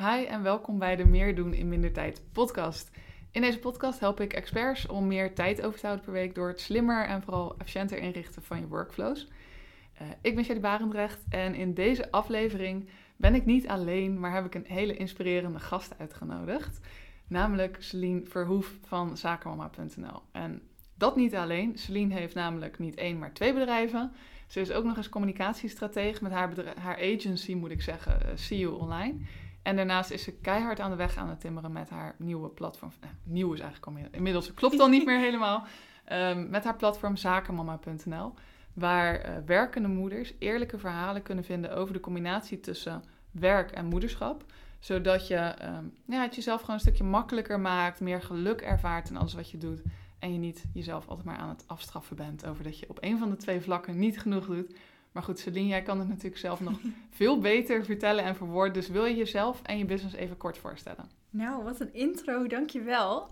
Hi en welkom bij de Meer doen in minder tijd podcast. In deze podcast help ik experts om meer tijd over te houden per week door het slimmer en vooral efficiënter inrichten van je workflows. Ik ben Shelly Barendrecht en in deze aflevering ben ik niet alleen, maar heb ik een hele inspirerende gast uitgenodigd. Namelijk Celine Verhoef van Zakenmama.nl. En dat niet alleen. Celine heeft namelijk niet 1, maar 2 bedrijven. Ze is ook nog eens communicatiestratege met haar agency, moet ik zeggen, See You Online. En daarnaast is ze keihard aan de weg aan het timmeren met haar nieuwe platform. Nieuw is eigenlijk al inmiddels, klopt al niet meer helemaal. Met haar platform Zakenmama.nl. Waar werkende moeders eerlijke verhalen kunnen vinden over de combinatie tussen werk en moederschap. Zodat je het jezelf gewoon een stukje makkelijker maakt, meer geluk ervaart in alles wat je doet. En je niet jezelf altijd maar aan het afstraffen bent over dat je op een van de 2 vlakken niet genoeg doet. Maar goed, Celine, jij kan het natuurlijk zelf nog veel beter vertellen en verwoorden. Dus wil je jezelf en je business even kort voorstellen? Nou, wat een intro, dankjewel.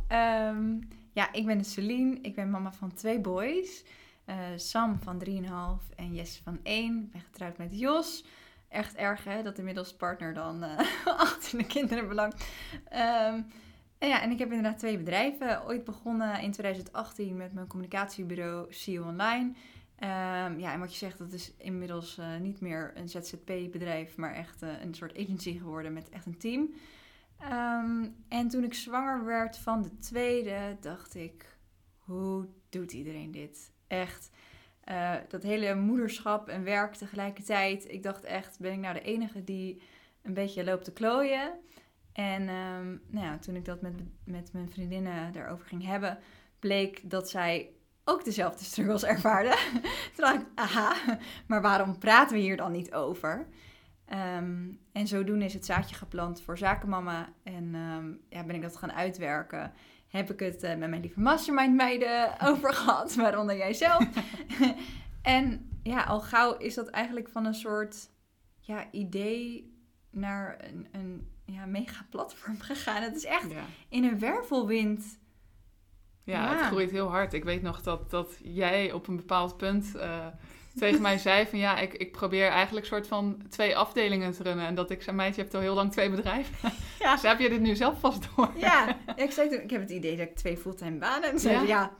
Ik ben Celine. Ik ben mama van 2 boys. Sam van 3,5 en Jesse van 1. Ik ben getrouwd met Jos. Echt erg, hè? Dat inmiddels partner dan achter de kinderen belangt. En ik heb inderdaad 2 bedrijven. Ooit begonnen in 2018 met mijn communicatiebureau See You Online. En wat je zegt, dat is inmiddels niet meer een ZZP-bedrijf, maar echt een soort agency geworden met echt een team. En toen ik zwanger werd van de tweede, dacht ik, hoe doet iedereen dit? Echt, dat hele moederschap en werk tegelijkertijd. Ik dacht echt, ben ik nou de enige die een beetje loopt te klooien? En toen ik dat met mijn vriendinnen daarover ging hebben, bleek dat zij ook dezelfde struggles ervaarden. Toen dacht ik, aha, maar waarom praten we hier dan niet over? En zodoende is het zaadje geplant voor Zakenmama. En ben ik dat gaan uitwerken. Heb ik het met mijn lieve mastermind meiden over gehad, waaronder jij zelf. En ja, al gauw is dat eigenlijk van een soort idee naar een mega platform gegaan. Het is echt in een wervelwind. Ja, het groeit heel hard. Ik weet nog dat jij op een bepaald punt tegen mij zei van ik probeer eigenlijk soort van 2 afdelingen te runnen. En dat ik zei, meid, je hebt al heel lang 2 bedrijven. Ja. Dus heb je dit nu zelf vast door? Ja, ik zei toen, ik heb het idee dat ik 2 fulltime banen. En zei Ja,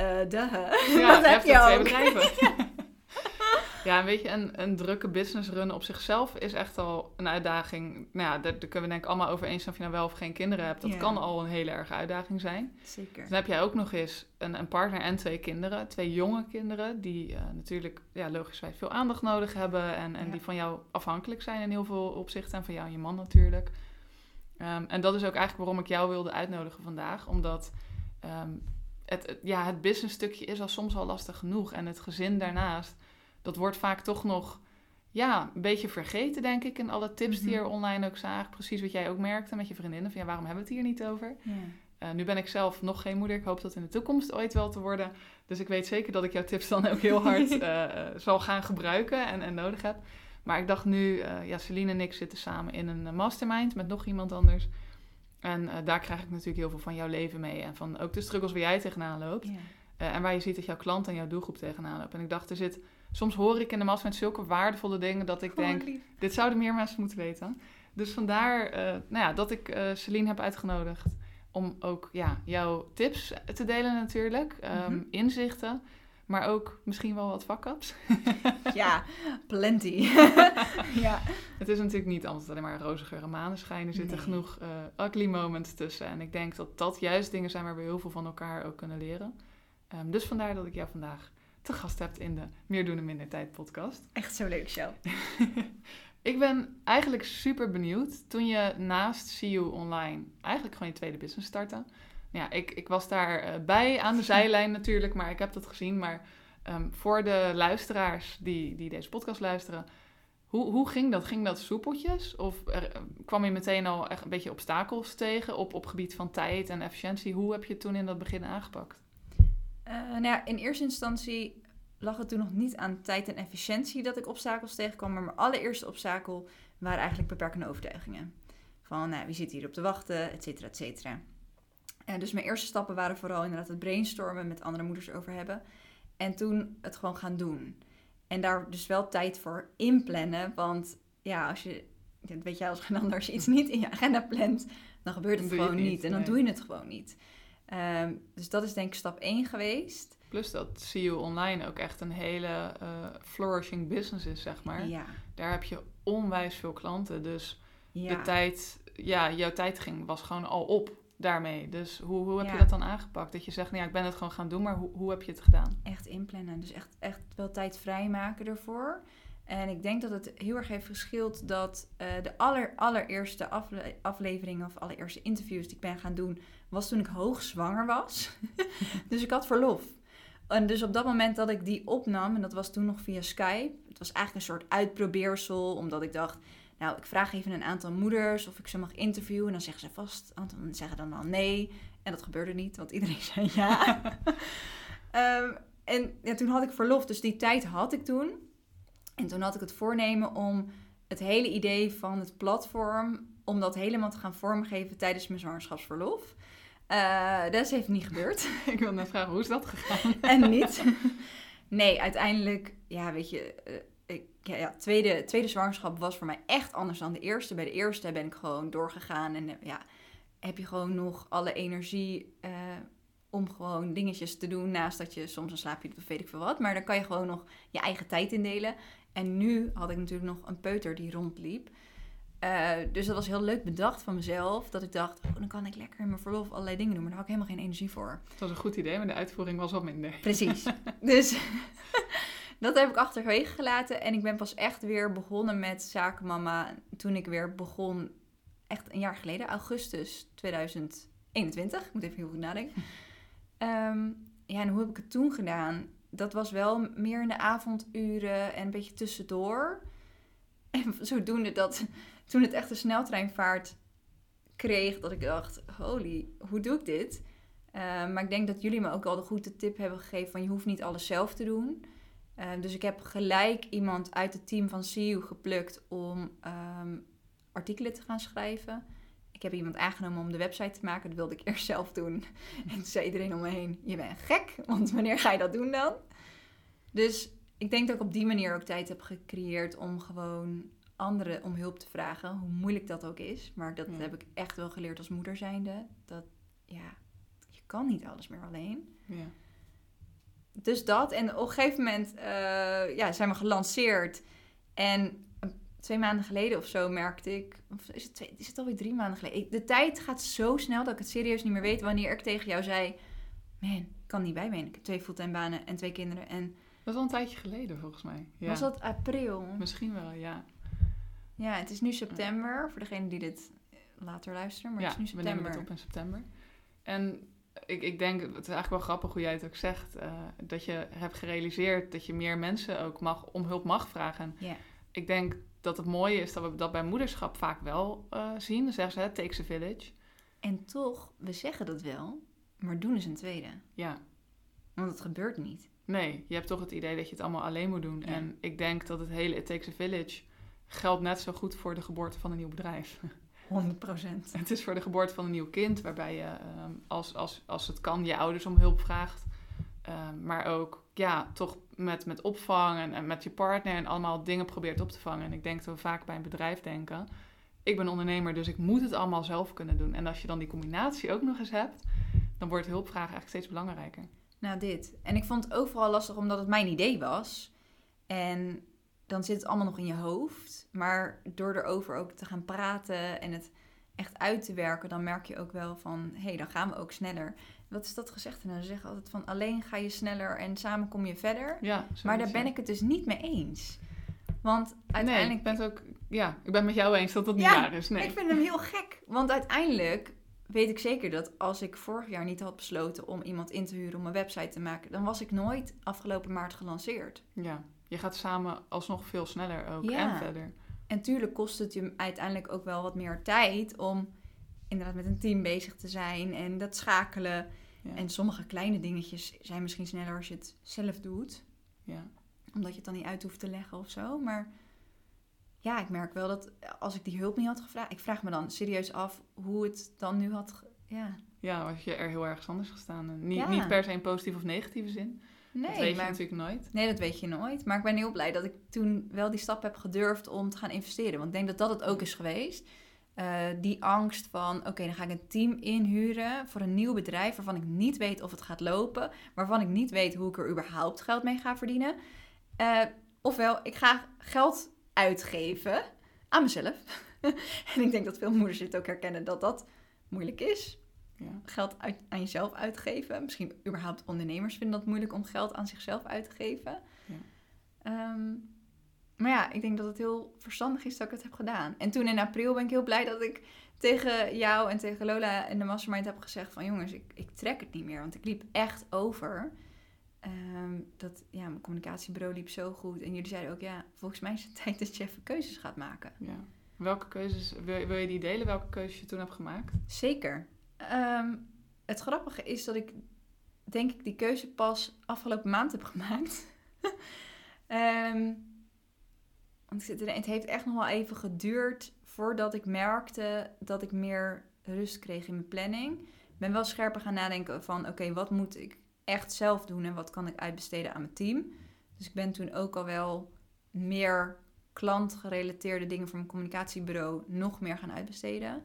dat heb je ook. 2 bedrijven. Ja, en weet je, een drukke business runnen op zichzelf is echt al een uitdaging. Nou ja, daar kunnen we denk ik allemaal over eens zijn of je nou wel of geen kinderen hebt. Dat kan al een hele erge uitdaging zijn. Zeker. Dan heb jij ook nog eens een partner en 2 kinderen. 2 jonge kinderen die natuurlijk logischwijs veel aandacht nodig hebben. En die van jou afhankelijk zijn in heel veel opzichten. En van jou en je man natuurlijk. En dat is ook eigenlijk waarom ik jou wilde uitnodigen vandaag. Omdat het business stukje is al soms al lastig genoeg. En het gezin daarnaast, dat wordt vaak toch nog een beetje vergeten, denk ik. En alle tips die er online ook zagen. Precies wat jij ook merkte met je vriendinnen. Van waarom hebben we het hier niet over? Ja. Nu ben ik zelf nog geen moeder. Ik hoop dat in de toekomst ooit wel te worden. Dus ik weet zeker dat ik jouw tips dan ook heel hard zal gaan gebruiken en nodig heb. Maar ik dacht nu, Celine en ik zitten samen in een mastermind met nog iemand anders. En daar krijg ik natuurlijk heel veel van jouw leven mee. En van ook de struggles waar jij tegenaan loopt. Ja. En waar je ziet dat jouw klant en jouw doelgroep tegenaan loopt. En ik dacht, soms hoor ik in de mastermind zulke waardevolle dingen dat ik denk, dit zouden meer mensen moeten weten. Dus vandaar dat ik Celine heb uitgenodigd om ook jouw tips te delen natuurlijk. Inzichten, maar ook misschien wel wat fuck-ups. Ja, plenty. Ja. Het is natuurlijk niet altijd alleen maar roze geur en maneschijn. Er zitten genoeg ugly moments tussen. En ik denk dat dat juist dingen zijn waar we heel veel van elkaar ook kunnen leren. Dus vandaar dat ik jou vandaag te gast heb in de Meer doen in minder tijd podcast. Echt zo leuk, Shell. Ik ben eigenlijk super benieuwd. Toen je naast See You Online eigenlijk gewoon je tweede business startte. Ja, ik was daar bij aan de zijlijn natuurlijk, maar ik heb dat gezien. Maar voor de luisteraars die deze podcast luisteren, hoe ging dat? Ging dat soepeltjes? Of kwam je meteen al echt een beetje obstakels tegen op gebied van tijd en efficiëntie? Hoe heb je het toen in dat begin aangepakt? In eerste instantie lag het toen nog niet aan tijd en efficiëntie dat ik obstakels tegenkwam. Maar mijn allereerste obstakel waren eigenlijk beperkende overtuigingen. Van wie zit hier op te wachten, et cetera, et cetera. Dus mijn eerste stappen waren vooral inderdaad het brainstormen, met andere moeders over hebben. En toen het gewoon gaan doen. En daar dus wel tijd voor inplannen. Want als je dat weet jij als geen ander, als je iets niet in je agenda plant, dan gebeurt het gewoon niet. En dan doe je het gewoon niet. Dus dat is denk ik stap 1 geweest. Plus dat See You Online ook echt een hele flourishing business is, zeg maar. Ja. Daar heb je onwijs veel klanten. Dus Ja. de tijd, jouw tijd was gewoon al op daarmee. Dus hoe heb Ja. je dat dan aangepakt? Dat je zegt, ik ben het gewoon gaan doen, maar hoe heb je het gedaan? Echt inplannen. Dus echt wel tijd vrijmaken ervoor. En ik denk dat het heel erg heeft geschild dat de allereerste afleveringen of allereerste interviews die ik ben gaan doen, was toen ik hoogzwanger was. Dus ik had verlof. En dus op dat moment dat ik die opnam, en dat was toen nog via Skype. Het was eigenlijk een soort uitprobeersel, omdat ik dacht, nou, ik vraag even een aantal moeders of ik ze mag interviewen. En dan zeggen ze vast, dan zeggen dan al nee. En dat gebeurde niet, want iedereen zei ja. En ja, toen had ik verlof, dus die tijd had ik toen. En toen had ik het voornemen om het hele idee van het platform, om dat helemaal te gaan vormgeven tijdens mijn zwangerschapsverlof. Dat is even niet gebeurd. Ik wil net vragen, hoe is dat gegaan? En niet. Nee, uiteindelijk, ja, weet je, tweede zwangerschap was voor mij echt anders dan de eerste. Bij de eerste ben ik gewoon doorgegaan en heb je gewoon nog alle energie om gewoon dingetjes te doen naast dat je soms een slaapje doet of weet ik veel wat. Maar dan kan je gewoon nog je eigen tijd indelen. En nu had ik natuurlijk nog een peuter die rondliep. Dus dat was heel leuk bedacht van mezelf. Dat ik dacht, dan kan ik lekker in mijn verlof allerlei dingen doen. Maar daar had ik helemaal geen energie voor. Het was een goed idee, maar de uitvoering was wat minder. Precies. Dus dat heb ik achterwege gelaten. En ik ben pas echt weer begonnen met Zakenmama toen ik weer begon. Echt een jaar geleden, augustus 2021. Ik moet even heel goed nadenken. En hoe heb ik het toen gedaan? Dat was wel meer in de avonduren en een beetje tussendoor. En zodoende dat toen het echt een sneltreinvaart kreeg, dat ik dacht, holy, hoe doe ik dit? Maar ik denk dat jullie me ook al de goede tip hebben gegeven van je hoeft niet alles zelf te doen. Dus ik heb gelijk iemand uit het team van See You geplukt om artikelen te gaan schrijven. Ik heb iemand aangenomen om de website te maken. Dat wilde ik eerst zelf doen. En toen zei iedereen om me heen, je bent gek, want wanneer ga je dat doen dan? Dus ik denk dat ik op die manier ook tijd heb gecreëerd om gewoon anderen om hulp te vragen. Hoe moeilijk dat ook is. Maar dat heb ik echt wel geleerd als moeder zijnde. Dat, je kan niet alles meer alleen. Ja. Dus dat. En op een gegeven moment zijn we gelanceerd. En 2 maanden geleden of zo merkte ik, of is het alweer 3 maanden geleden? De tijd gaat zo snel dat ik het serieus niet meer weet wanneer ik tegen jou zei, man, ik kan niet bijbenen. Ik heb 2 fulltime banen en 2 kinderen. En Dat is al een tijdje geleden volgens mij. Ja. was dat april? Misschien wel, ja. Ja, het is nu september, voor degenen die dit later luisteren, maar het is nu september. We nemen het op in september. En ik denk, het is eigenlijk wel grappig hoe jij het ook zegt, dat je hebt gerealiseerd dat je meer mensen ook om hulp mag vragen. Ja. Ik denk dat het mooie is dat we dat bij moederschap vaak wel zien. Dan zeggen ze, takes a village. En toch, we zeggen dat wel, maar doen is een tweede. Ja. Want het gebeurt niet. Nee, je hebt toch het idee dat je het allemaal alleen moet doen. Ja. En ik denk dat het hele It Takes a Village geldt net zo goed voor de geboorte van een nieuw bedrijf. 100%. Het is voor de geboorte van een nieuw kind, waarbij je als het kan je ouders om hulp vraagt. Maar ook toch met opvang en met je partner en allemaal dingen probeert op te vangen. En ik denk dat we vaak bij een bedrijf denken, ik ben ondernemer, dus ik moet het allemaal zelf kunnen doen. En als je dan die combinatie ook nog eens hebt, dan wordt hulpvragen eigenlijk steeds belangrijker. Nou, dit. En ik vond het overal lastig omdat het mijn idee was. En dan zit het allemaal nog in je hoofd. Maar door erover ook te gaan praten en het echt uit te werken, dan merk je ook wel van, hé, dan gaan we ook sneller. Wat is dat gezegd? Nou, ze zeggen altijd van, alleen ga je sneller en samen kom je verder. Ja, maar daar ben ik het dus niet mee eens. Want uiteindelijk... ik ben met jou eens dat dat niet waar is. Nee. Ik vind hem heel gek. Want uiteindelijk weet ik zeker dat als ik vorig jaar niet had besloten om iemand in te huren om een website te maken, dan was ik nooit afgelopen maart gelanceerd. Ja, je gaat samen alsnog veel sneller ook en verder. En tuurlijk kost het je uiteindelijk ook wel wat meer tijd om inderdaad met een team bezig te zijn en dat schakelen. Ja. En sommige kleine dingetjes zijn misschien sneller als je het zelf doet. Ja. Omdat je het dan niet uit hoeft te leggen of zo. Maar ja, ik merk wel dat als ik die hulp niet had gevraagd, ik vraag me dan serieus af hoe het dan nu had... Ja, als je er heel erg anders gestaan. Niet per se in positieve of negatieve zin. dat weet je natuurlijk nooit. Nee, dat weet je nooit. Maar ik ben heel blij dat ik toen wel die stap heb gedurfd om te gaan investeren. Want ik denk dat dat het ook is geweest. Die angst van, oké, dan ga ik een team inhuren voor een nieuw bedrijf waarvan ik niet weet of het gaat lopen. Waarvan ik niet weet hoe ik er überhaupt geld mee ga verdienen. Ofwel, ik ga geld uitgeven aan mezelf. En ik denk dat veel moeders dit ook herkennen dat dat moeilijk is. Ja. Geld aan jezelf uitgeven. Misschien überhaupt ondernemers vinden dat moeilijk om geld aan zichzelf uit te geven. Ja. Maar ja, ik denk dat het heel verstandig is dat ik het heb gedaan. En toen in april ben ik heel blij dat ik tegen jou en tegen Lola en de Mastermind heb gezegd van jongens, ik trek het niet meer. Want ik liep echt over. Mijn communicatiebureau liep zo goed. En jullie zeiden ook, ja, volgens mij is het tijd dat je even keuzes gaat maken. Ja. Welke keuzes, wil je die delen? Welke keuzes je toen hebt gemaakt? Zeker. Het grappige is dat ik, denk ik, die keuze pas afgelopen maand heb gemaakt. Want het heeft echt nog wel even geduurd voordat ik merkte dat ik meer rust kreeg in mijn planning. Ik ben wel scherper gaan nadenken van, oké, wat moet ik echt zelf doen en wat kan ik uitbesteden aan mijn team? Dus ik ben toen ook al wel meer klantgerelateerde dingen voor mijn communicatiebureau nog meer gaan uitbesteden.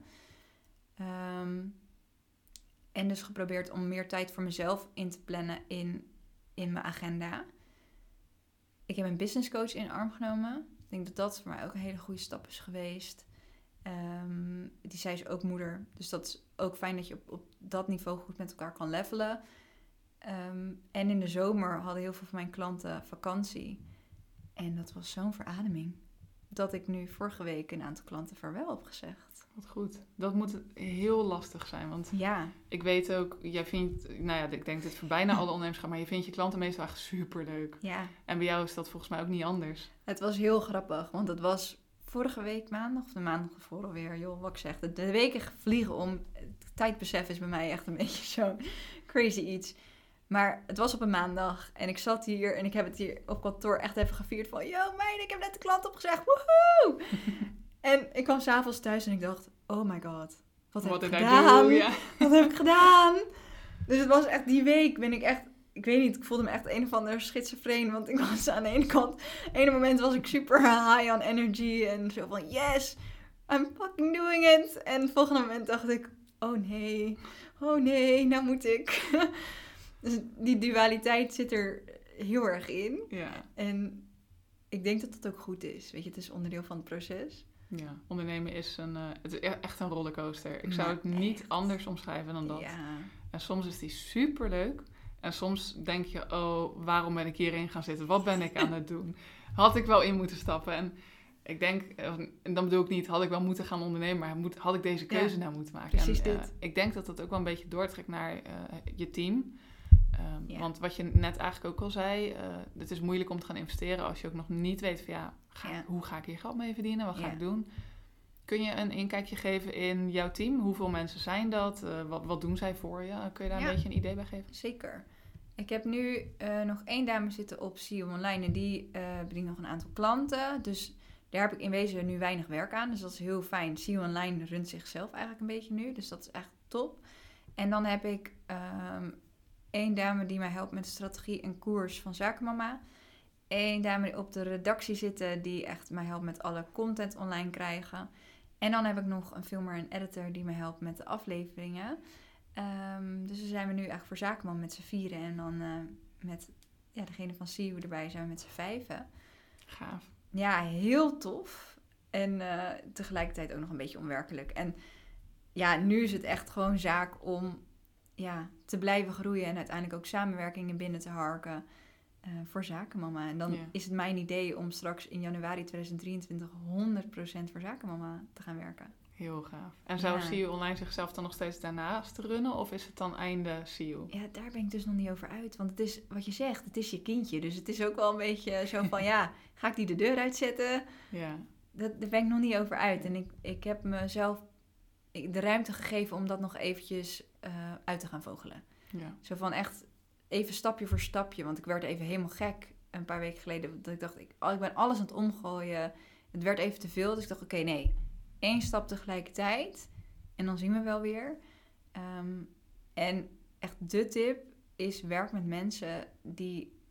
En dus geprobeerd om meer tijd voor mezelf in te plannen in mijn agenda. Ik heb een business coach in arm genomen. Ik denk dat dat voor mij ook een hele goede stap is geweest. Zij is ook moeder. Dus dat is ook fijn dat je op dat niveau goed met elkaar kan levelen. En in de zomer hadden heel veel van mijn klanten vakantie. En dat was zo'n verademing. Dat ik nu vorige week een aantal klanten vaarwel heb gezegd. Wat goed. Dat moet heel lastig zijn. Want ja. Ik weet ook, jij vindt, ik denk dat het voor bijna alle ondernemers gaat, maar je vindt je klanten meestal echt superleuk. Ja. En bij jou is dat volgens mij ook niet anders. Het was heel grappig, want het was vorige week maandag of de maandag ervoor alweer. Joh, wat ik zeg, de weken vliegen om. Het tijdbesef is bij mij echt een beetje zo'n crazy iets. Maar het was op een maandag en ik zat hier en ik heb het hier op kantoor echt even gevierd van, yo meid, ik heb net de klant opgezegd, woehoe! En ik kwam 's avonds thuis en ik dacht, oh my god, wat heb ik gedaan? Ja. Wat heb ik gedaan? Dus het was echt, die week ben ik echt, ik weet niet, ik voelde me echt een of ander schizofreen. Want ik was aan de ene kant, ene moment was ik super high on energy en zo van, yes, I'm fucking doing it. En het volgende moment dacht ik, oh nee, nou moet ik. Dus die dualiteit zit er heel erg in. Ja. En ik denk dat dat ook goed is. Weet je, het is onderdeel van het proces. Ja, ondernemen is het is echt een rollercoaster. Ik zou het niet anders omschrijven dan dat. Ja. En soms is die superleuk. En soms denk je, oh, waarom ben ik hierin gaan zitten? Wat ben ik aan het doen? Had ik wel in moeten stappen? En ik denk, en dan bedoel ik niet, had ik wel moeten gaan ondernemen, maar had ik deze keuze nou moeten maken? Precies en, dit. Ik denk dat dat ook wel een beetje doortrekt naar je team. Ja. Want wat je net eigenlijk ook al zei, het is moeilijk om te gaan investeren als je ook nog niet weet van hoe ga ik hier geld mee verdienen? Wat ga ik doen? Kun je een inkijkje geven in jouw team? Hoeveel mensen zijn dat? Wat doen zij voor je? Kun je daar een beetje een idee bij geven? Zeker. Ik heb nu nog 1 dame zitten op CEO Online en die bedient nog een aantal klanten. Dus daar heb ik in wezen nu weinig werk aan. Dus dat is heel fijn. CEO Online runt zichzelf eigenlijk een beetje nu. Dus dat is echt top. En dan heb ik 1 dame die mij helpt met de strategie en koers van Zakenmama. 1 dame die op de redactie zit die echt mij helpt met alle content online krijgen. En dan heb ik nog een filmer en editor die me helpt met de afleveringen. Dus dan zijn we nu eigenlijk voor Zakenman met z'n 4 en dan met degene van CEO erbij zijn we met z'n 5. Gaaf. Ja, heel tof. En tegelijkertijd ook nog een beetje onwerkelijk. En ja, nu is het echt gewoon zaak om te blijven groeien en uiteindelijk ook samenwerkingen binnen te harken voor Zakenmama. En dan is het mijn idee om straks in januari 2023 100% voor Zakenmama te gaan werken. Heel gaaf. En zou CEO Online zichzelf dan nog steeds daarnaast runnen? Of is het dan einde CEO? Ja, daar ben ik dus nog niet over uit. Want het is, wat je zegt, het is je kindje. Dus het is ook wel een beetje zo van, ga ik die de deur uitzetten? Ja. Daar ben ik nog niet over uit. En ik heb mezelf de ruimte gegeven om dat nog eventjes uit te gaan vogelen. Ja. Zo van echt even stapje voor stapje. Want ik werd even helemaal gek een paar weken geleden. Dat ik dacht, ik ben alles aan het omgooien. Het werd even te veel. Dus ik dacht, oké, nee. 1 stap tegelijkertijd. En dan zien we wel weer. En echt de tip is werk met mensen die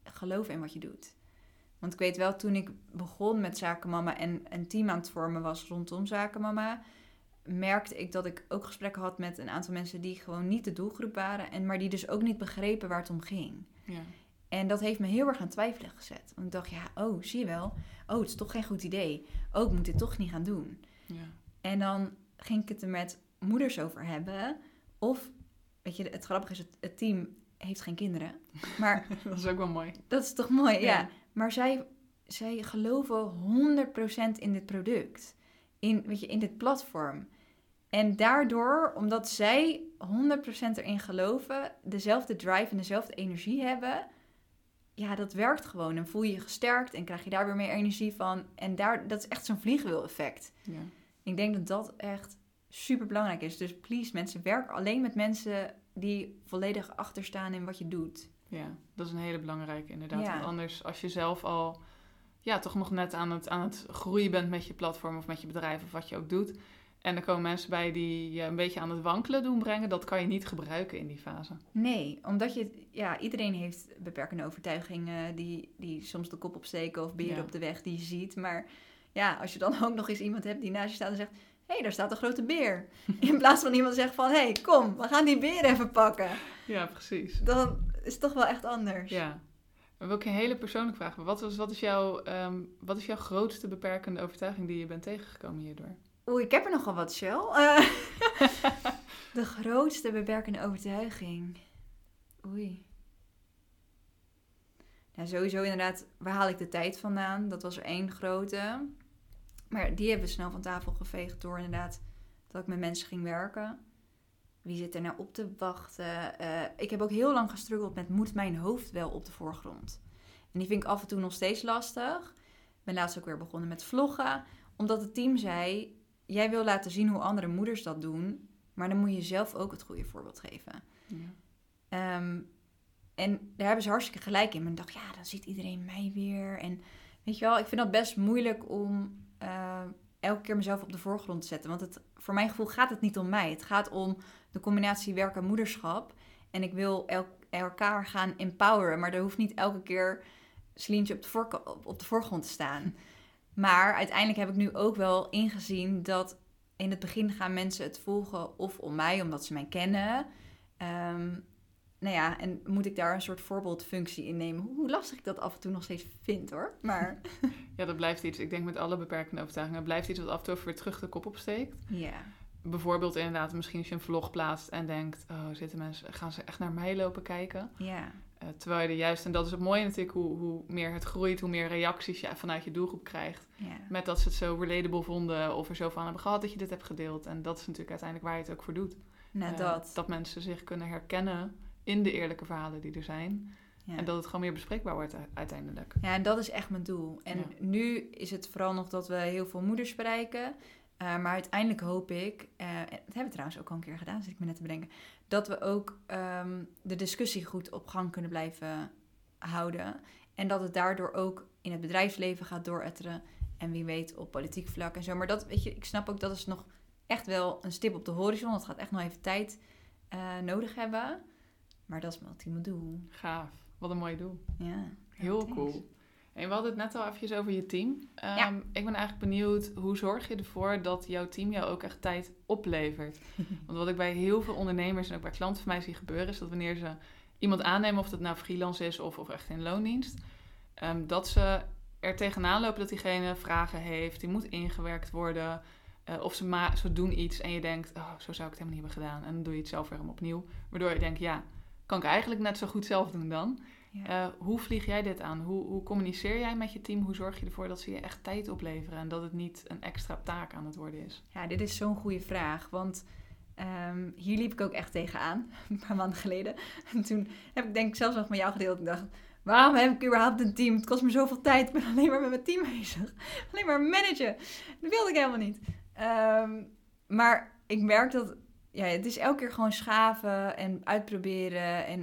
geloven in wat je doet. Want ik weet wel, toen ik begon met Zakenmama en een team aan het vormen was rondom Zakenmama, merkte ik dat ik ook gesprekken had met een aantal mensen die gewoon niet de doelgroep waren, maar die dus ook niet begrepen waar het om ging. Ja. En dat heeft me heel erg aan twijfelen gezet. Want ik dacht, zie je wel. Oh, het is toch geen goed idee. Oh, ik moet dit toch niet gaan doen. Ja. En dan ging ik het er met moeders over hebben. Of, weet je, het grappige is, het team heeft geen kinderen. Maar Dat is ook wel mooi. dat is toch mooi, ja. Ja. Maar zij geloven 100% in dit product. In dit platform. En daardoor, omdat zij 100% erin geloven, dezelfde drive en dezelfde energie hebben, ja, dat werkt gewoon. En voel je je gesterkt en krijg je daar weer meer energie van. En dat is echt zo'n vliegwiel-effect. Ja. Ik denk dat dat echt super belangrijk is. Dus please, mensen, werk alleen met mensen die volledig achterstaan in wat je doet. Ja, dat is een hele belangrijke inderdaad. Ja. Want anders, als je zelf al toch nog net aan het groeien bent met je platform of met je bedrijf of wat je ook doet. En er komen mensen bij die je een beetje aan het wankelen doen brengen. Dat kan je niet gebruiken in die fase. Nee, omdat iedereen heeft beperkende overtuigingen die soms de kop opsteken of beren op de weg die je ziet. Maar ja, als je dan ook nog eens iemand hebt die naast je staat en zegt, hé, daar staat een grote beer. In plaats van iemand zegt van, hé, kom, we gaan die beer even pakken. Ja, precies. Dan is het toch wel echt anders. Ja. Dan wil ik je een hele persoonlijke vraag. Wat is jouw grootste beperkende overtuiging die je bent tegengekomen hierdoor? Oeh, ik heb er nogal wat, Shell. De grootste beperkende overtuiging. Oei. Nou, sowieso inderdaad, waar haal ik de tijd vandaan? Dat was er één grote. Maar die hebben we snel van tafel geveegd door inderdaad dat ik met mensen ging werken. Wie zit er nou op te wachten? Ik heb ook heel lang gestruggeld met, moet mijn hoofd wel op de voorgrond? En die vind ik af en toe nog steeds lastig. Ik ben laatst ook weer begonnen met vloggen. Omdat het team zei, jij wil laten zien hoe andere moeders dat doen, maar dan moet je zelf ook het goede voorbeeld geven. Ja. En daar hebben ze hartstikke gelijk in. Maar ik dacht, ja, dan ziet iedereen mij weer. En weet je wel, ik vind dat best moeilijk om elke keer mezelf op de voorgrond te zetten. Want voor mijn gevoel gaat het niet om mij. Het gaat om de combinatie werk en moederschap. En ik wil elkaar gaan empoweren. Maar er hoeft niet elke keer Slientje op de voorgrond te staan. Maar uiteindelijk heb ik nu ook wel ingezien dat in het begin gaan mensen het volgen of om mij, omdat ze mij kennen. En moet ik daar een soort voorbeeldfunctie in nemen. Hoe lastig ik dat af en toe nog steeds vind, hoor. Maar Ja, dat blijft iets. Ik denk met alle beperkende overtuigingen, blijft iets wat af en toe weer terug de kop opsteekt. ja. Bijvoorbeeld inderdaad, misschien als je een vlog plaatst en denkt, gaan ze echt naar mij lopen kijken? Ja. Terwijl je er juist, en dat is het mooie natuurlijk, hoe meer het groeit, hoe meer reacties je vanuit je doelgroep krijgt. Ja. Met dat ze het zo relatable vonden of er zo van hebben gehad dat je dit hebt gedeeld. En dat is natuurlijk uiteindelijk waar je het ook voor doet. Nou, dat mensen zich kunnen herkennen in de eerlijke verhalen die er zijn. Ja. En dat het gewoon meer bespreekbaar wordt uiteindelijk. Ja, en dat is echt mijn doel. En nu is het vooral nog dat we heel veel moeders bereiken. Maar uiteindelijk hoop ik, dat hebben we trouwens ook al een keer gedaan, zit ik me net te bedenken, dat we ook de discussie goed op gang kunnen blijven houden. En dat het daardoor ook in het bedrijfsleven gaat dooretteren. En wie weet op politiek vlak en zo. Maar dat, weet je, ik snap ook dat is nog echt wel een stip op de horizon. Dat gaat echt nog even tijd nodig hebben. Maar dat is mijn ultieme doel. Gaaf. Wat een mooi doel. Ja. Heel cool. En we hadden het net al eventjes over je team. Ik ben eigenlijk benieuwd, hoe zorg je ervoor dat jouw team jou ook echt tijd oplevert? Want wat ik bij heel veel ondernemers en ook bij klanten van mij zie gebeuren, is dat wanneer ze iemand aannemen, of dat nou freelance is of echt in loondienst, dat ze er tegenaan lopen dat diegene vragen heeft, die moet ingewerkt worden, of ze doen iets en je denkt, oh, zo zou ik het helemaal niet hebben gedaan. En dan doe je het zelf weer helemaal opnieuw. Waardoor je denkt, ja, kan ik eigenlijk net zo goed zelf doen dan? Ja. Hoe vlieg jij dit aan? Hoe communiceer jij met je team? Hoe zorg je ervoor dat ze je echt tijd opleveren en dat het niet een extra taak aan het worden is? Ja, dit is zo'n goede vraag, want hier liep ik ook echt tegenaan, een paar maanden geleden. En toen heb ik denk ik zelfs nog met jou gedeeld. Ik dacht, waarom heb ik überhaupt een team? Het kost me zoveel tijd. Ik ben alleen maar met mijn team bezig. Alleen maar managen. Dat wilde ik helemaal niet. Maar ik merk dat, het is elke keer gewoon schaven en uitproberen en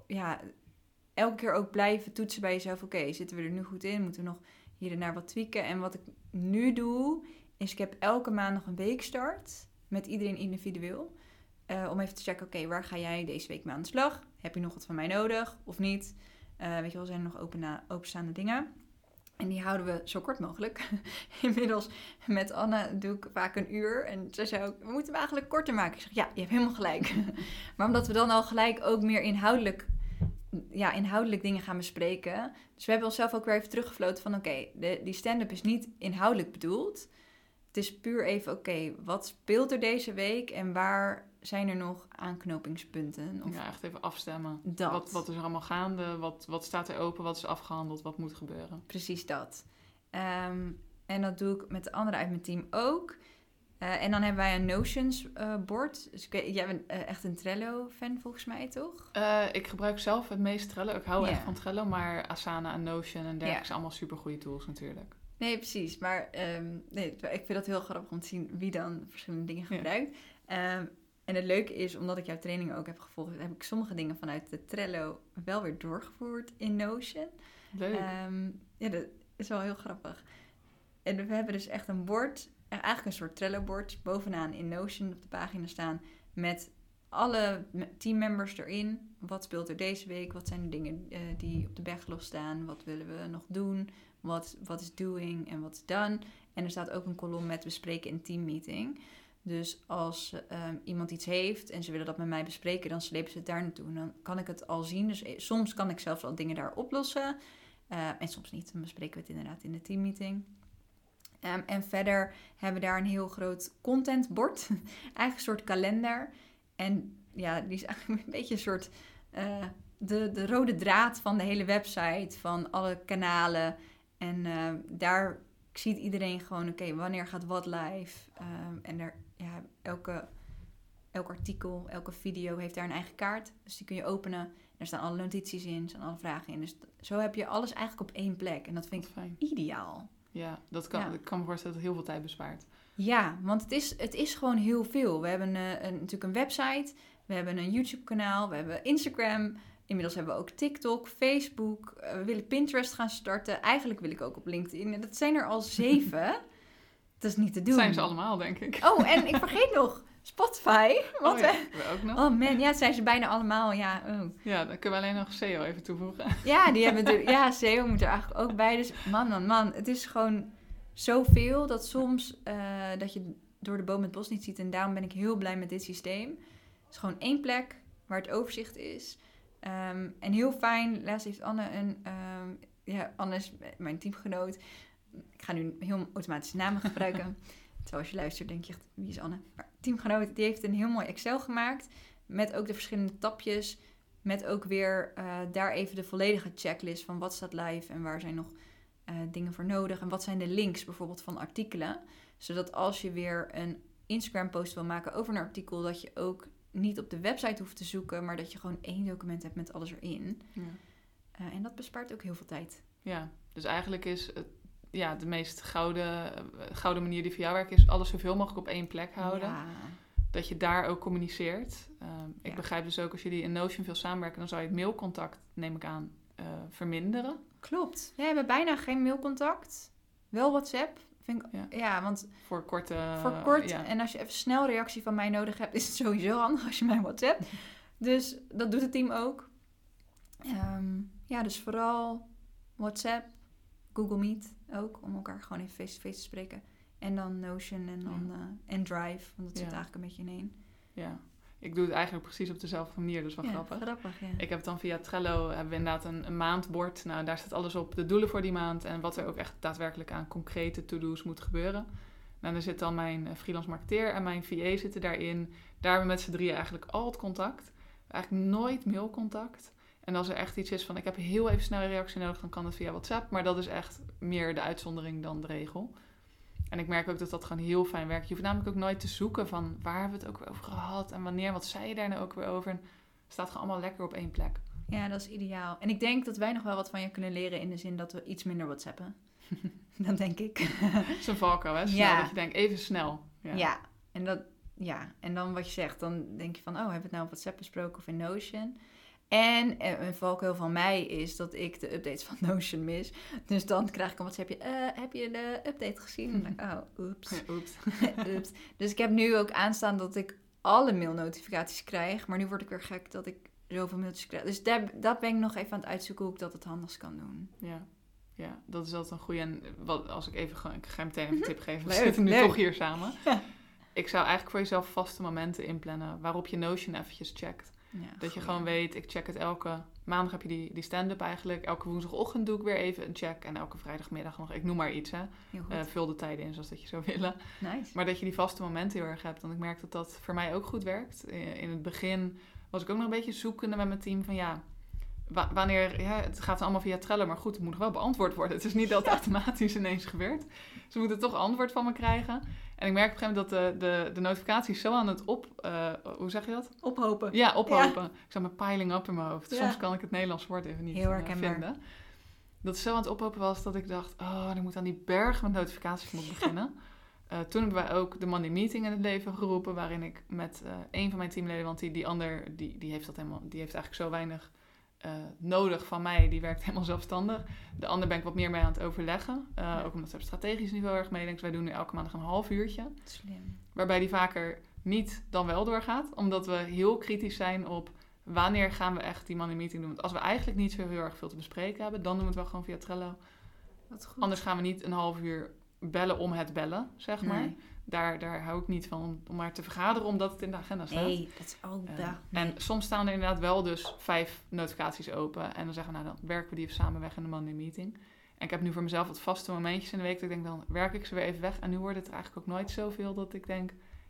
elke keer ook blijven toetsen bij jezelf. Oké, zitten we er nu goed in? Moeten we nog hier en daar wat tweaken? En wat ik nu doe, is ik heb elke maand nog een weekstart met iedereen individueel. Om even te checken, oké, waar ga jij deze week mee aan de slag? Heb je nog wat van mij nodig of niet? Weet je wel, zijn er nog openstaande dingen. En die houden we zo kort mogelijk. Inmiddels met Anne doe ik vaak 1 uur. En zij zei ook, we moeten hem eigenlijk korter maken. Ik zeg, ja, je hebt helemaal gelijk. Maar omdat we dan al gelijk ook meer inhoudelijk dingen gaan bespreken. Dus we hebben onszelf ook weer even teruggefloten van oké, die stand-up is niet inhoudelijk bedoeld. Het is puur even oké, wat speelt er deze week en waar zijn er nog aanknopingspunten? Of Ja, echt even afstemmen. dat. Wat is er allemaal gaande? Wat staat er open? Wat is afgehandeld? Wat moet gebeuren? Precies dat. En dat doe ik met de anderen uit mijn team ook. En dan hebben wij een Notions bord. Dus jij bent echt een Trello-fan volgens mij, toch? Ik gebruik zelf het meest Trello. Ik hou Ja. echt van Trello, maar Asana en Notion en dergelijke zijn allemaal super goede tools natuurlijk. Nee, precies. Maar ik vind dat heel grappig om te zien wie dan verschillende dingen Ja. gebruikt. En het leuke is, omdat ik jouw training ook heb gevolgd, heb ik sommige dingen vanuit de Trello wel weer doorgevoerd in Notion. Leuk. Ja, dat is wel heel grappig. En we hebben dus echt een bord, eigenlijk een soort Trello-bord, bovenaan in Notion op de pagina staan met alle teammembers erin. Wat speelt er deze week? Wat zijn de dingen die op de backlog staan? Wat willen we nog doen? Wat is doing en wat is done? En er staat ook een kolom met bespreken in teammeeting. Dus als iemand iets heeft en ze willen dat met mij bespreken, dan slepen ze het daar naartoe. En dan kan ik het al zien. Dus soms kan ik zelfs al dingen daar oplossen. En soms niet. Dan bespreken we het inderdaad in de teammeeting. En verder hebben we daar een heel groot contentbord. Eigenlijk een soort kalender. En ja, die is eigenlijk een beetje een soort de rode draad van de hele website. Van alle kanalen. En daar ziet iedereen gewoon, oké, wanneer gaat wat live? En er, ja, elk artikel, elke video heeft daar een eigen kaart. Dus die kun je openen. En er staan alle notities in, er staan alle vragen in. Dus zo heb je alles eigenlijk op 1 plek. En dat vind ik Fijn. ideaal. Ja, dat kan, Ja. ik kan me voorstellen dat het heel veel tijd bespaart. Ja, want het is gewoon heel veel. We hebben natuurlijk een website, we hebben een YouTube-kanaal, we hebben Instagram. Inmiddels hebben we ook TikTok, Facebook. We willen Pinterest gaan starten. Eigenlijk wil ik ook op LinkedIn. En dat zijn er al 7. Dat is niet te doen. Dat zijn ze allemaal, denk ik. Oh, en ik vergeet nog Spotify. Want ja, we ook nog. Oh man, ja, het zijn ze bijna allemaal. Ja, Ja, dan kunnen we alleen nog SEO even toevoegen. ja, die hebben natuurlijk. Ja, SEO moet er eigenlijk ook bij. Dus man, het is gewoon zoveel dat soms dat je door de boom het bos niet ziet. En daarom ben ik heel blij met dit systeem. Het is gewoon 1 plek waar het overzicht is. En heel fijn. Laatst heeft Anne Anne is mijn teamgenoot. Ik ga nu heel automatische namen gebruiken. Terwijl als je luistert denk je echt, wie is Anne? Maar teamgenoot, die heeft een heel mooi Excel gemaakt. Met ook de verschillende tapjes. Met ook weer daar even de volledige checklist van wat staat live en waar zijn nog dingen voor nodig. En wat zijn de links bijvoorbeeld van artikelen. Zodat als je weer een Instagram post wil maken over een artikel, dat je ook niet op de website hoeft te zoeken, maar dat je gewoon 1 document hebt met alles erin. Ja. En dat bespaart ook heel veel tijd. Ja, dus eigenlijk is de meest gouden manier die voor jou werkt, is alles zoveel mogelijk op 1 plek houden. Ja. Dat je daar ook communiceert. Ik Ja. begrijp dus ook, als jullie in Notion veel samenwerken, dan zou je het mailcontact, neem ik aan, verminderen. Klopt. We hebben bijna geen mailcontact. Wel WhatsApp. Vind ik, ja, want Voor kort. Ja. En als je even snel reactie van mij nodig hebt, is het sowieso handig als je mij WhatsApp. Dus dat doet het team ook. Dus vooral WhatsApp, Google Meet ook, om elkaar gewoon even face-to-face te spreken. En dan Notion en Drive, want dat zit eigenlijk een beetje in één. Ja, ik doe het eigenlijk precies op dezelfde manier, dus wel grappig. Ja. Ik heb het dan via Trello, hebben we inderdaad een maandbord. Nou, daar staat alles op, de doelen voor die maand en wat er ook echt daadwerkelijk aan concrete to-do's moet gebeuren. Nou, daar zit dan mijn freelance marketeer en mijn VA zitten daarin. Daar hebben we met z'n drieën eigenlijk altijd contact. Eigenlijk nooit mailcontact. En als er echt iets is van, ik heb heel even snel een reactie nodig, dan kan dat via WhatsApp. Maar dat is echt meer de uitzondering dan de regel. En ik merk ook dat dat gewoon heel fijn werkt. Je hoeft namelijk ook nooit te zoeken van, waar hebben we het ook weer over gehad? En wanneer, wat zei je daar nou ook weer over? En het staat gewoon allemaal lekker op 1 plek. Ja, dat is ideaal. En ik denk dat wij nog wel wat van je kunnen leren in de zin dat we iets minder WhatsAppen. Dat denk ik. Dat is een valkuil, hè? Snel, dat je denkt, even snel. En dan wat je zegt, dan denk je van, hebben we het nou op WhatsApp besproken of in Notion? En een valkuil van mij is dat ik de updates van Notion mis. Dus dan krijg ik een WhatsAppje, heb je de update gezien? En dan denk ik, oeps. Ja, oeps. Oeps. Dus ik heb nu ook aanstaan dat ik alle mailnotificaties krijg. Maar nu word ik weer gek dat ik zoveel mailtjes krijg. Dus dat ben ik nog even aan het uitzoeken hoe ik dat het handigst kan doen. Ja, dat is altijd een goede. En als ik even ik ga je meteen even een tip geven. We Leuk, zitten nu leuk. toch hier samen. Ja. Ik zou eigenlijk voor jezelf vaste momenten inplannen waarop je Notion eventjes checkt. Ja, Dat je goed. gewoon weet, ik check het elke maandag heb je die stand-up eigenlijk. Elke woensdagochtend doe ik weer even een check. En elke vrijdagmiddag nog, ik noem maar iets. Hè. Heel goed. Vul de tijden in zoals dat je zou willen. Nice. Maar dat je die vaste momenten heel erg hebt. Want ik merk dat dat voor mij ook goed werkt. In het begin was ik ook nog een beetje zoekende met mijn team van ja... Wanneer, het gaat allemaal via Trello, maar goed, het moet nog wel beantwoord worden. Het is niet dat het automatisch ineens gebeurt. Ze moeten toch antwoord van me krijgen. En ik merk op een gegeven moment dat de notificaties zo aan het hoe zeg je dat? Ophopen. Ja, ophopen. Ja. Ik zag mijn piling up in mijn hoofd. Ja. Soms kan ik het Nederlands woord even niet vinden. Dat het zo aan het ophopen was dat ik dacht, ik moet aan die berg met notificaties moeten beginnen. Toen hebben wij ook de Monday Meeting in het leven geroepen, waarin ik met een van mijn teamleden, want die ander, die heeft eigenlijk zo weinig nodig van mij. Die werkt helemaal zelfstandig. De ander ben ik wat meer mee aan het overleggen. Ook omdat ze op strategisch niveau erg meedenkt. Dus wij doen nu elke maandag een half uurtje. Slim. Waarbij die vaker niet dan wel doorgaat. Omdat we heel kritisch zijn op wanneer gaan we echt die money meeting doen. Want als we eigenlijk niet zo heel erg veel te bespreken hebben, dan doen we het wel gewoon via Trello. Wat goed. Anders gaan we niet een half uur bellen om het bellen, zeg maar. Nee. Daar hou ik niet van om maar te vergaderen omdat het in de agenda staat. Nee, dat is ook... En soms staan er inderdaad wel dus 5 notificaties open. En dan zeggen we, dan werken we die even samen weg in de Monday Meeting. En ik heb nu voor mezelf wat vaste momentjes in de week. Dat ik denk, dan werk ik ze weer even weg. En nu wordt het eigenlijk ook nooit zoveel dat ik denk...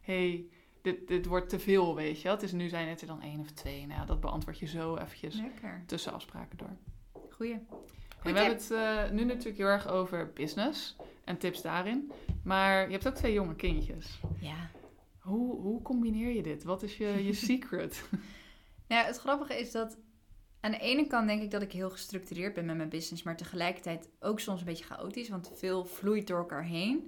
dit wordt te veel, weet je. Nu zijn het er dan 1 of 2. Nou ja, dat beantwoord je zo eventjes tussen afspraken door. Goeie. En we hebben het nu natuurlijk heel erg over business en tips daarin. Maar je hebt ook 2 jonge kindjes. Ja. Hoe combineer je dit? Wat is je secret? Nou ja, het grappige is dat aan de ene kant denk ik dat ik heel gestructureerd ben met mijn business, maar tegelijkertijd ook soms een beetje chaotisch, want veel vloeit door elkaar heen.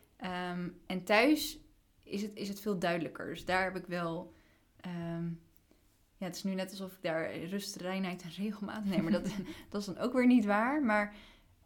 En thuis is het veel duidelijker. Dus daar heb ik wel... het is nu net alsof ik daar rust, reinheid en regelmaat neem, maar dat is dan ook weer niet waar. Maar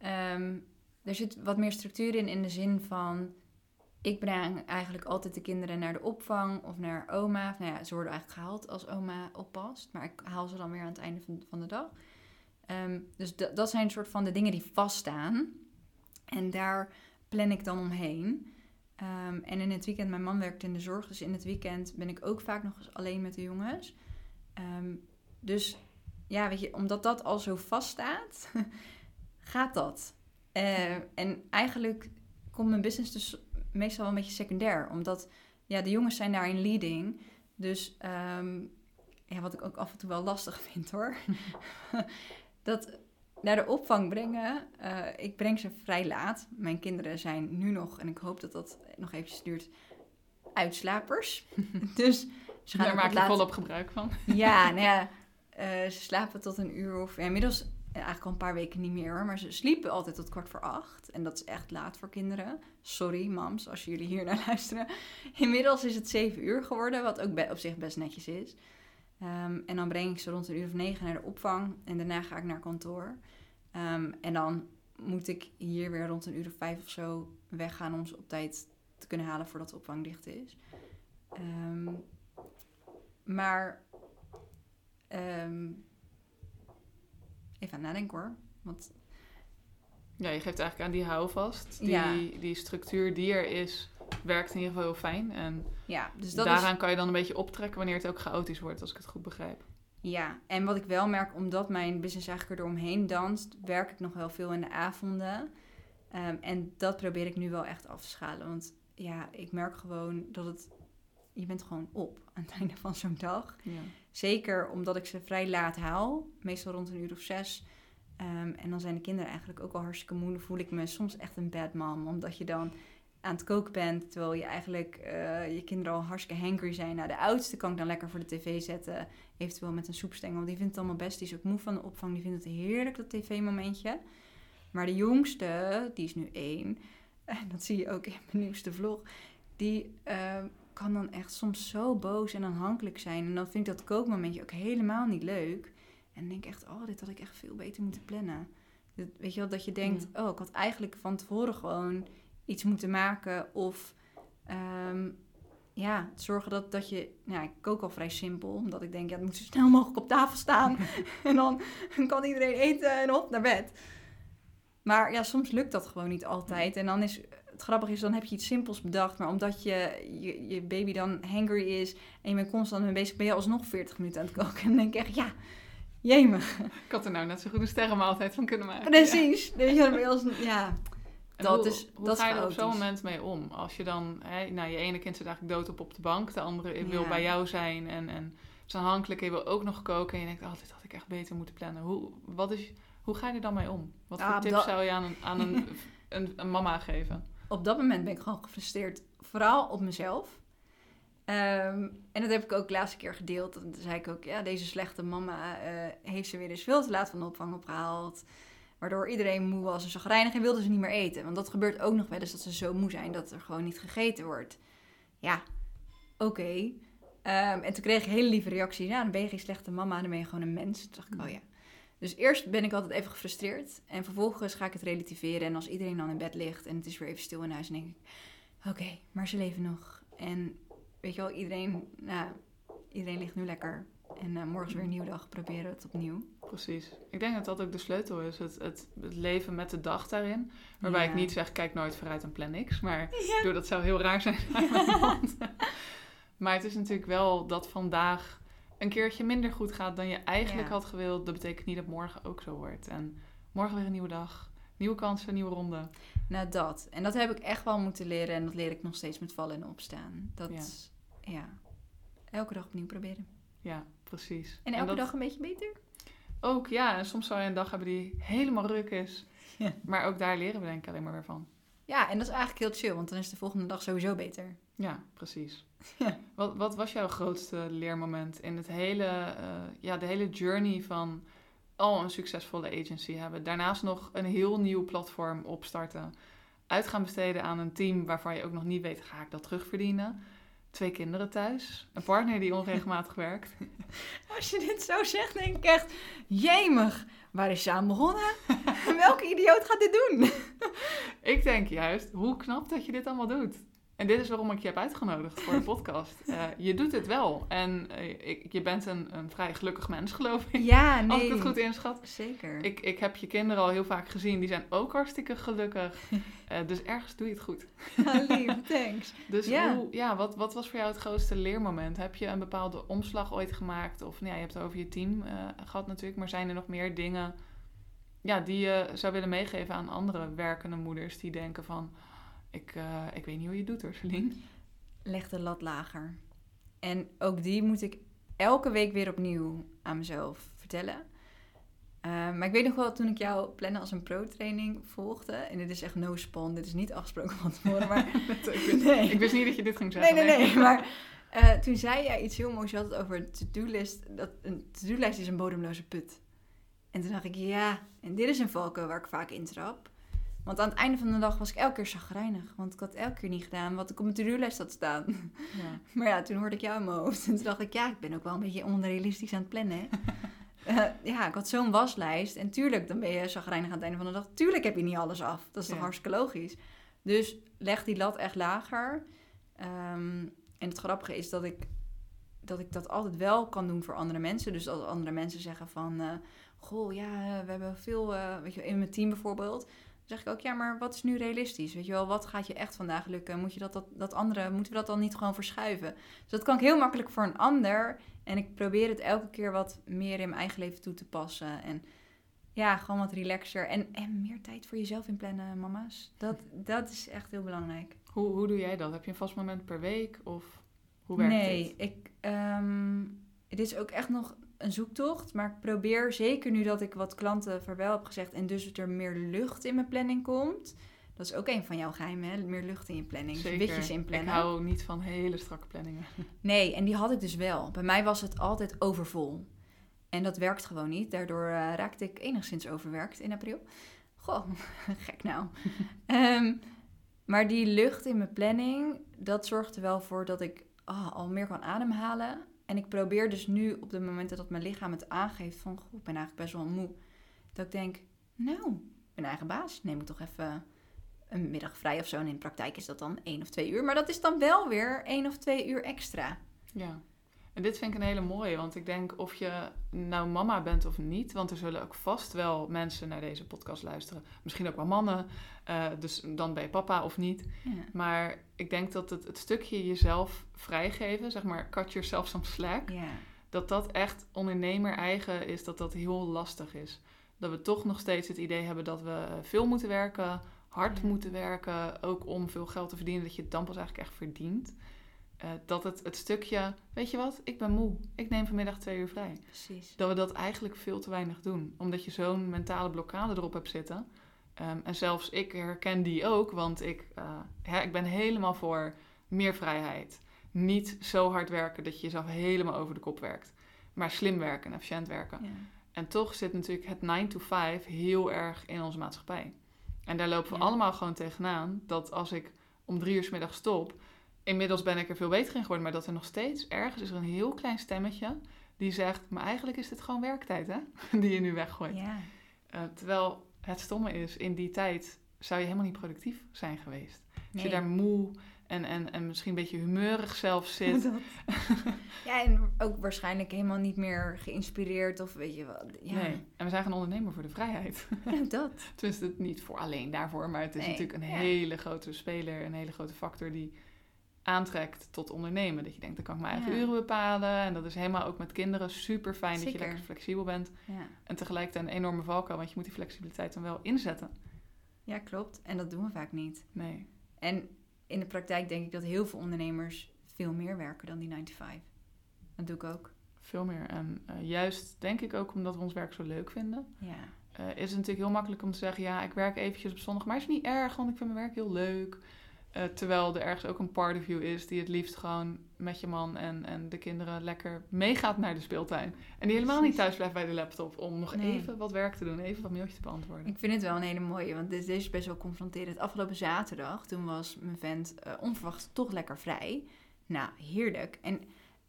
er zit wat meer structuur in de zin van... Ik breng eigenlijk altijd de kinderen naar de opvang of naar oma. Nou ja, ze worden eigenlijk gehaald als oma oppast. Maar ik haal ze dan weer aan het einde van de dag. Dus dat zijn een soort van de dingen die vaststaan. En daar plan ik dan omheen. En in het weekend, mijn man werkt in de zorg. Dus in het weekend ben ik ook vaak nog eens alleen met de jongens. Dus ja, weet je, omdat dat al zo vaststaat, gaat dat. En eigenlijk komt mijn business dus meestal wel een beetje secundair. Omdat de jongens zijn daarin leading. Dus wat ik ook af en toe wel lastig vind hoor. Dat naar de opvang brengen. Ik breng ze vrij laat. Mijn kinderen zijn nu nog, en ik hoop dat dat nog eventjes duurt, uitslapers. Dus ze gaan daar maak je volop gebruik van. Ja, nou ja, ze slapen tot 1 uur of... inmiddels eigenlijk al een paar weken niet meer hoor. Maar ze sliepen altijd tot 7:45. En dat is echt laat voor kinderen. Sorry, mams, als jullie hier naar luisteren. Inmiddels is het 7 uur geworden, wat ook op zich best netjes is. En dan breng ik ze rond 9:00 naar de opvang. En daarna ga ik naar kantoor. En dan moet ik hier weer rond 5:00 of zo weggaan om ze op tijd te kunnen halen voordat de opvang dicht is. Maar... even aan nadenken hoor. Want... Ja, je geeft eigenlijk aan die houvast. Ja. Die structuur die er is, werkt in ieder geval heel fijn. En ja, dus dat daaraan kan je dan een beetje optrekken wanneer het ook chaotisch wordt, als ik het goed begrijp. Ja, en wat ik wel merk, omdat mijn business eigenlijk eromheen danst, werk ik nog wel veel in de avonden. En dat probeer ik nu wel echt af te schalen. Want ja, ik merk gewoon dat je bent gewoon op aan het einde van zo'n dag. Ja. Zeker omdat ik ze vrij laat haal. Meestal rond 6:00. En dan zijn de kinderen eigenlijk ook al hartstikke moe. Dan voel ik me soms echt een bad mom. Omdat je dan aan het koken bent, terwijl je eigenlijk je kinderen al hartstikke hangry zijn. Nou, de oudste kan ik dan lekker voor de tv zetten. Eventueel met een soepstengel. Die vindt het allemaal best. Die is ook moe van de opvang. Die vindt het heerlijk, dat tv-momentje. Maar de jongste, die is nu 1. En dat zie je ook in mijn nieuwste vlog. Die... kan dan echt soms zo boos en aanhankelijk zijn. En dan vind ik dat kookmomentje ook helemaal niet leuk. En dan denk ik echt, dit had ik echt veel beter moeten plannen. Weet je wel, dat je denkt, ik had eigenlijk van tevoren gewoon iets moeten maken. Of zorgen dat je... Nou, ik kook al vrij simpel. Omdat ik denk, het moet zo snel mogelijk op tafel staan. En dan kan iedereen eten en op naar bed. Maar ja, soms lukt dat gewoon niet altijd. En dan is... Het grappige is, dan heb je iets simpels bedacht. Maar omdat je baby dan hangry is... En je bent constant mee bezig... Ben je alsnog 40 minuten aan het koken. En dan denk ik echt, jemig. Ik had er nou net zo goed een sterrenmaaltijd van kunnen maken. Precies. Ja. Dus hoe ga je er op zo'n moment mee om? Als je dan, je ene kind zit eigenlijk dood op de bank, de andere wil bij jou zijn en is aanhankelijk en je wil ook nog koken en je denkt, dit had ik echt beter moeten plannen. Hoe ga je er dan mee om? Wat voor tips zou je aan een mama geven? Op dat moment ben ik gewoon gefrustreerd, vooral op mezelf. En dat heb ik ook de laatste keer gedeeld. Toen zei ik ook, deze slechte mama heeft ze weer eens veel te laat van de opvang opgehaald. Waardoor iedereen moe was en chagrijnig en wilde ze niet meer eten. Want dat gebeurt ook nog wel eens dat ze zo moe zijn dat er gewoon niet gegeten wordt. Ja, oké. En toen kreeg ik hele lieve reacties. Ja, dan ben je geen slechte mama, dan ben je gewoon een mens. Toen dacht ik, oh ja. Dus eerst ben ik altijd even gefrustreerd. En vervolgens ga ik het relativeren. En als iedereen dan in bed ligt en het is weer even stil in huis, dan denk ik, oké, maar ze leven nog. En weet je wel, iedereen ligt nu lekker. En morgen is weer een nieuwe dag, proberen we het opnieuw. Precies. Ik denk dat dat ook de sleutel is. Het leven met de dag daarin. Waarbij ik niet zeg, kijk nooit vooruit en plan niks. Maar dat zou heel raar zijn. Maar het is natuurlijk wel dat vandaag een keertje minder goed gaat dan je eigenlijk had gewild. Dat betekent niet dat morgen ook zo wordt. En morgen weer een nieuwe dag. Nieuwe kansen, nieuwe ronde. Nou, dat. En dat heb ik echt wel moeten leren. En dat leer ik nog steeds met vallen en opstaan. Elke dag opnieuw proberen. Ja, precies. En elke dag een beetje beter? Ook, ja. En soms zou je een dag hebben die helemaal ruk is. Ja. Maar ook daar leren we denk ik alleen maar weer van. Ja, en dat is eigenlijk heel chill. Want dan is de volgende dag sowieso beter. Ja, precies. Ja. Wat was jouw grootste leermoment in het hele, de hele journey van al een succesvolle agency hebben? Daarnaast nog een heel nieuw platform opstarten. Uit gaan besteden aan een team waarvan je ook nog niet weet, ga ik dat terugverdienen? 2 kinderen thuis. Een partner die onregelmatig werkt. Als je dit zo zegt, denk ik echt, jemig, waar is je aan begonnen? Welke idioot gaat dit doen? Ik denk juist, hoe knap dat je dit allemaal doet. En dit is waarom ik je heb uitgenodigd voor de podcast. Je doet het wel. En je bent een vrij gelukkig mens, geloof ik. Ja, nee. Als ik het goed inschat. Zeker. Ik heb je kinderen al heel vaak gezien. Die zijn ook hartstikke gelukkig. Dus ergens doe je het goed. Lief, thanks. Dus wat was voor jou het grootste leermoment? Heb je een bepaalde omslag ooit gemaakt? Of je hebt het over je team gehad natuurlijk. Maar zijn er nog meer dingen die je zou willen meegeven aan andere werkende moeders die denken van, ik weet niet hoe je het doet hoor, Celine. Leg de lat lager. En ook die moet ik elke week weer opnieuw aan mezelf vertellen. Maar ik weet nog wel, toen ik jou plannen als een pro-training volgde, en dit is echt no spon, dit is niet afgesproken van tevoren, maar ik wist niet dat je dit ging zeggen. Nee, maar toen zei jij iets heel moois, je had het over een to-do-list, dat een to-do-lijst is een bodemloze put. En toen dacht ik, en dit is een valkuil waar ik vaak intrap. Want aan het einde van de dag was ik elke keer chagrijnig. Want ik had elke keer niet gedaan wat ik op mijn to-do-lijst had staan. Ja. Maar toen hoorde ik jou in mijn hoofd. En toen dacht ik, ik ben ook wel een beetje onrealistisch aan het plannen. Ik had zo'n waslijst. En tuurlijk, dan ben je chagrijnig aan het einde van de dag. Tuurlijk heb je niet alles af. Dat is toch hartstikke logisch. Dus leg die lat echt lager. En het grappige is dat ik dat altijd wel kan doen voor andere mensen. Dus als andere mensen zeggen van, we hebben veel, in mijn team bijvoorbeeld. Dan zeg ik ook, maar wat is nu realistisch? Weet je wel, wat gaat je echt vandaag lukken? Moeten we dat dan niet gewoon verschuiven? Dus dat kan ik heel makkelijk voor een ander. En ik probeer het elke keer wat meer in mijn eigen leven toe te passen. En gewoon wat relaxer. En meer tijd voor jezelf inplannen, mama's. Dat is echt heel belangrijk. Hoe doe jij dat? Heb je een vast moment per week? Of hoe werkt dit? Nee, dit is ook echt nog een zoektocht, maar ik probeer zeker nu dat ik wat klanten vaarwel heb gezegd en dus er meer lucht in mijn planning komt. Dat is ook een van jouw geheimen, hè? Meer lucht in je planning. Zeker. Witjes inplannen. Ik hou niet van hele strakke planningen. Nee, en die had ik dus wel. Bij mij was het altijd overvol. En dat werkt gewoon niet. Daardoor raakte ik enigszins overwerkt in april. Goh, gek nou. Maar die lucht in mijn planning, dat zorgt er wel voor dat ik al meer kan ademhalen. En ik probeer dus nu op de momenten dat mijn lichaam het aangeeft van, ik ben eigenlijk best wel moe. Dat ik denk, ik ben eigen baas. Neem ik toch even een middag vrij of zo. En in de praktijk is dat dan 1 of 2 uur. Maar dat is dan wel weer 1 of 2 uur extra. Ja. En dit vind ik een hele mooie, want ik denk of je nou mama bent of niet, want er zullen ook vast wel mensen naar deze podcast luisteren. Misschien ook wel mannen, dus dan ben je papa of niet. Ja. Maar ik denk dat het stukje jezelf vrijgeven, zeg maar cut yourself some slack, Ja. dat echt ondernemer eigen is, dat heel lastig is. Dat we toch nog steeds het idee hebben dat we veel moeten werken, hard moeten werken, ook om veel geld te verdienen, dat je het dan pas eigenlijk echt verdient. Dat het stukje, weet je wat, ik ben moe, ik neem vanmiddag 2 uur vrij. Precies. Dat we dat eigenlijk veel te weinig doen. Omdat je zo'n mentale blokkade erop hebt zitten. En zelfs ik herken die ook, want ik ben helemaal voor meer vrijheid. Niet zo hard werken dat je jezelf helemaal over de kop werkt. Maar slim werken en efficiënt werken. Ja. En toch zit natuurlijk het 9 to 5 heel erg in onze maatschappij. En daar lopen we Ja. allemaal gewoon tegenaan. Dat als ik om 3 uur 's middags stop, inmiddels ben ik er veel beter in geworden, maar dat er nog steeds ergens is er een heel klein stemmetje die zegt, maar eigenlijk is dit gewoon werktijd, hè? Die je nu weggooit. Ja. Terwijl het stomme is, in die tijd zou je helemaal niet productief zijn geweest. Als Nee. je daar moe en misschien een beetje humeurig zelf zit. Dat. Ja, en ook waarschijnlijk helemaal niet meer geïnspireerd of weet je wat. Ja, Nee. En we zijn gaan ondernemen voor de vrijheid. ja, dat. Tenminste, niet voor alleen daarvoor, maar het is Nee, natuurlijk een ja. hele grote speler, een hele grote factor die aantrekt tot ondernemen. Dat je denkt, dan kan ik mijn eigen Ja. uren bepalen. En dat is helemaal ook met kinderen super fijn dat je Zeker. lekker flexibel bent. Ja. En tegelijkertijd een enorme valkuil, want je moet die flexibiliteit dan wel inzetten. Ja, klopt. En dat doen we vaak niet. Nee. En in de praktijk denk ik dat heel veel ondernemers veel meer werken dan die 9 to 5. Dat doe ik ook. Veel meer. En juist denk ik ook omdat we ons werk zo leuk vinden, Ja. is het natuurlijk heel makkelijk om te zeggen, ja, ik werk eventjes op zondag, maar is niet erg, want ik vind mijn werk heel leuk. Terwijl er ergens ook een part of you is die het liefst gewoon met je man en de kinderen lekker meegaat naar de speeltuin. En die helemaal niet thuis blijft bij de laptop om nog Nee. even wat werk te doen, even wat mailtjes te beantwoorden. Ik vind het wel een hele mooie, want dit is best wel confronterend. Afgelopen zaterdag, toen was mijn vent onverwacht toch lekker vrij. Nou, heerlijk. En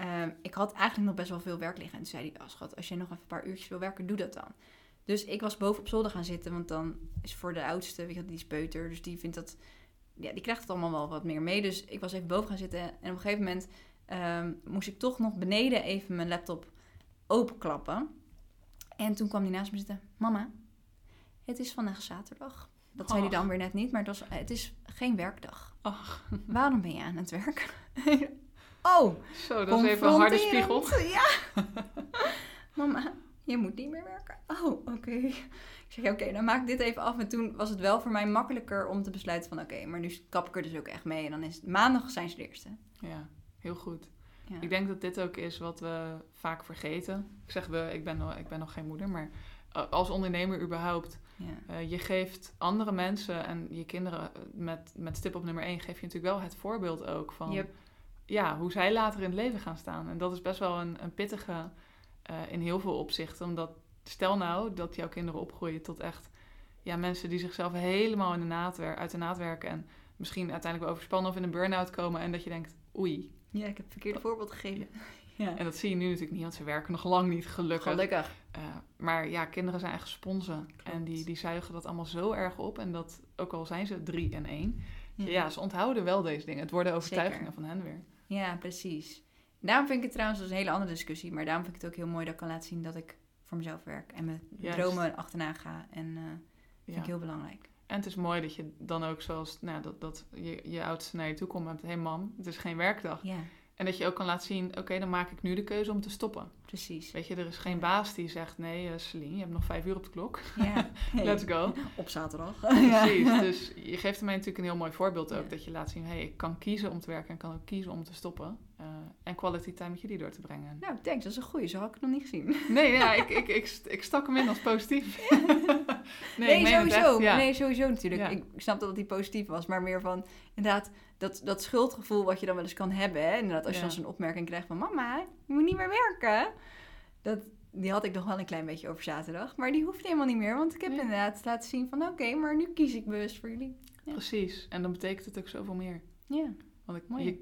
ik had eigenlijk nog best wel veel werk liggen. En toen zei hij, schat, als je nog even een paar uurtjes wil werken, doe dat dan. Dus ik was boven op zolder gaan zitten, want dan is voor de oudste, weet je, die is peuter, dus die vindt dat, ja, die krijgt het allemaal wel wat meer mee. Dus ik was even boven gaan zitten en op een gegeven moment moest ik toch nog beneden even mijn laptop openklappen. En toen kwam hij naast me zitten, mama, het is vandaag zaterdag. Dat zei hij dan weer net niet, maar het is geen werkdag. Ach, Waarom ben je aan het werk? Oh, zo, dat is even een harde spiegel. confronterend. Ja. Mama, je moet niet meer werken. Oh, oké. Ik zeg, oké, dan maak ik dit even af. En toen was het wel voor mij makkelijker om te besluiten van, oké, maar nu kap ik er dus ook echt mee. En dan is het maandag zijn ze de eerste. Ja, heel goed. Ja. Ik denk dat dit ook is wat we vaak vergeten. Ik zeg we, ik ben nog geen moeder, maar als ondernemer überhaupt, Ja. je geeft andere mensen en je kinderen met stip op nummer 1 geef je natuurlijk wel het voorbeeld ook van Yep. ja, hoe zij later in het leven gaan staan. En dat is best wel een pittige in heel veel opzichten. Omdat stel nou dat jouw kinderen opgroeien tot echt mensen die zichzelf helemaal uit de naad werken en misschien uiteindelijk wel overspannen of in een burn-out komen en dat je denkt, oei. Ja, ik heb het verkeerde voorbeeld gegeven. Ja. En dat zie je nu natuurlijk niet, want ze werken nog lang niet, gelukkig. Gelukkig. Maar ja, kinderen zijn echt sponsen. Klopt. En die zuigen dat allemaal zo erg op. En dat, ook al zijn ze 3 en 1, Ja. ze onthouden wel deze dingen. Het worden overtuigingen Zeker. van hen weer. Ja, precies. Daarom vind ik het trouwens, dat is een hele andere discussie, maar daarom vind ik het ook heel mooi dat ik kan laten zien dat ik voor mezelf werk en mijn Juist. dromen achterna ga. En vind Ja. ik heel belangrijk. En het is mooi dat je dan ook zoals, dat je oudste naar je toe komt met, hey mam, het is geen werkdag. Ja, En dat je ook kan laten zien, oké, dan maak ik nu de keuze om te stoppen. precies. Weet je, er is geen baas die zegt, nee Celine, je hebt nog 5 uur op de klok. Ja. Let's go. Op zaterdag. Precies, dus je geeft mij natuurlijk een heel mooi voorbeeld ook. Ja. Dat je laat zien, hey, ik kan kiezen om te werken en kan ook kiezen om te stoppen. En quality time met jullie door te brengen. Nou, thanks, dat is een goeie. Zo had ik het nog niet gezien. Nee, ja, ik stak hem in als positief. Nee, ik meen het sowieso. echt, ja. Nee, sowieso natuurlijk. Ja. Ik snapte dat hij positief was, maar meer van inderdaad dat schuldgevoel wat je dan wel eens kan hebben. Hè? Inderdaad, als je Ja. dan zo'n opmerking krijgt van mama, je moet niet meer werken. Die had ik nog wel een klein beetje over zaterdag, maar die hoeft helemaal niet meer, want ik heb Nee. inderdaad laten zien van oké, maar nu kies ik bewust voor jullie. Ja. Precies, en dan betekent het ook zoveel meer. Ja, Want Mooi.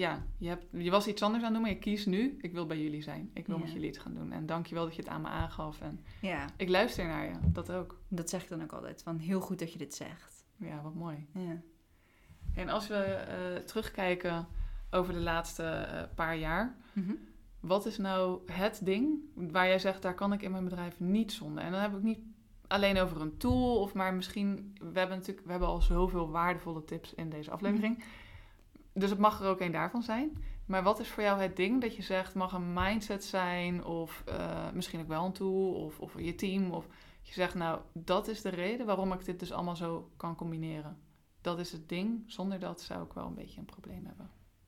je was iets anders aan het doen, maar je kiest nu, ik wil bij jullie zijn. Ik wil Ja. met jullie iets gaan doen. En dankjewel dat je het aan me aangaf. En ja, ik luister naar je, dat ook. dat zeg ik dan ook altijd, van heel goed dat je dit zegt. Ja, wat mooi. Ja. En als we terugkijken over de laatste paar jaar, wat is nou het ding waar jij zegt, daar kan ik in mijn bedrijf niet zonder? En dan heb ik niet alleen over een tool, of maar misschien, we hebben al zoveel waardevolle tips in deze aflevering. Dus het mag er ook een daarvan zijn. Maar wat is voor jou het ding dat je zegt, mag een mindset zijn, of misschien ook wel een tool, of je team, of je zegt, nou, dat is de reden waarom ik dit dus allemaal zo kan combineren. Dat is het ding. Zonder dat zou ik wel een beetje een probleem hebben.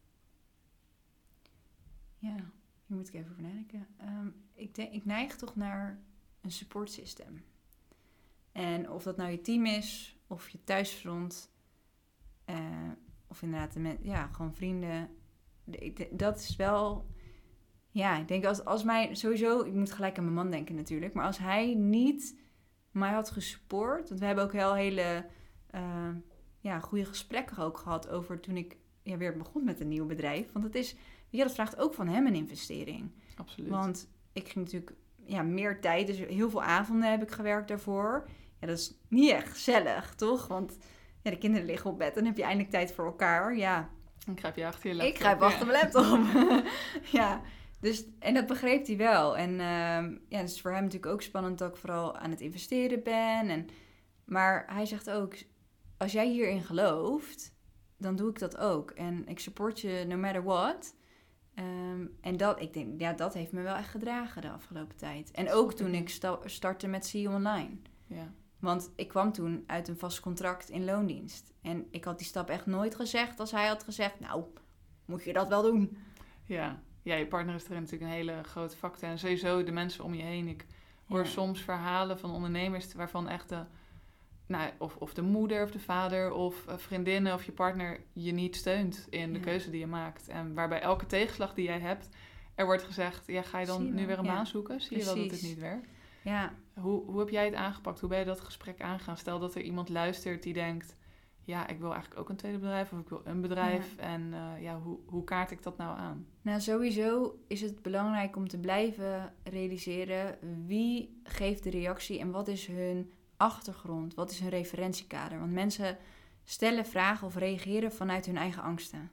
Ja, hier moet ik even over nadenken. Ik neig toch naar een support system. En of dat nou je team is, of je thuisfront, of inderdaad gewoon vrienden. Dat is wel... Ja, ik denk als mij sowieso... Ik moet gelijk aan mijn man denken natuurlijk. Maar als hij niet mij had gesupport... Want we hebben ook heel hele goede gesprekken ook gehad over toen ik weer begon met een nieuw bedrijf. Want dat vraagt ook van hem een investering. Absoluut. Want ik ging natuurlijk meer tijd, dus heel veel avonden heb ik gewerkt daarvoor. Ja, dat is niet echt gezellig, toch? Want de kinderen liggen op bed en dan heb je eindelijk tijd voor elkaar. Ja. Dan grijp je achter je laptop. Ik grijp achter mijn laptop. Ja, dus, en dat begreep hij wel. En het is voor hem natuurlijk ook spannend dat ik vooral aan het investeren ben. Maar hij zegt ook, als jij hierin gelooft, dan doe ik dat ook. En ik support je no matter what. En dat heeft me wel echt gedragen de afgelopen tijd. En ook toen ik startte met See You Online. Ja. Want ik kwam toen uit een vast contract in loondienst. En ik had die stap echt nooit gezegd als hij had gezegd, nou, moet je dat wel doen. Ja, je partner is erin natuurlijk een hele grote factor. En sowieso de mensen om je heen. Ik hoor soms verhalen van ondernemers waarvan echt of de moeder of de vader of vriendinnen of je partner je niet steunt in de keuze die je maakt. En waarbij elke tegenslag die jij hebt, er wordt gezegd, ga je dan nu weer een baan zoeken? Zie je wel dat het niet werkt? Ja. Hoe heb jij het aangepakt? Hoe ben je dat gesprek aangegaan? Stel dat er iemand luistert die denkt, ik wil eigenlijk ook een tweede bedrijf of ik wil een bedrijf. Ja. En hoe kaart ik dat nou aan? Nou, sowieso is het belangrijk om te blijven realiseren wie geeft de reactie en wat is hun achtergrond, wat is hun referentiekader. Want mensen stellen vragen of reageren vanuit hun eigen angsten.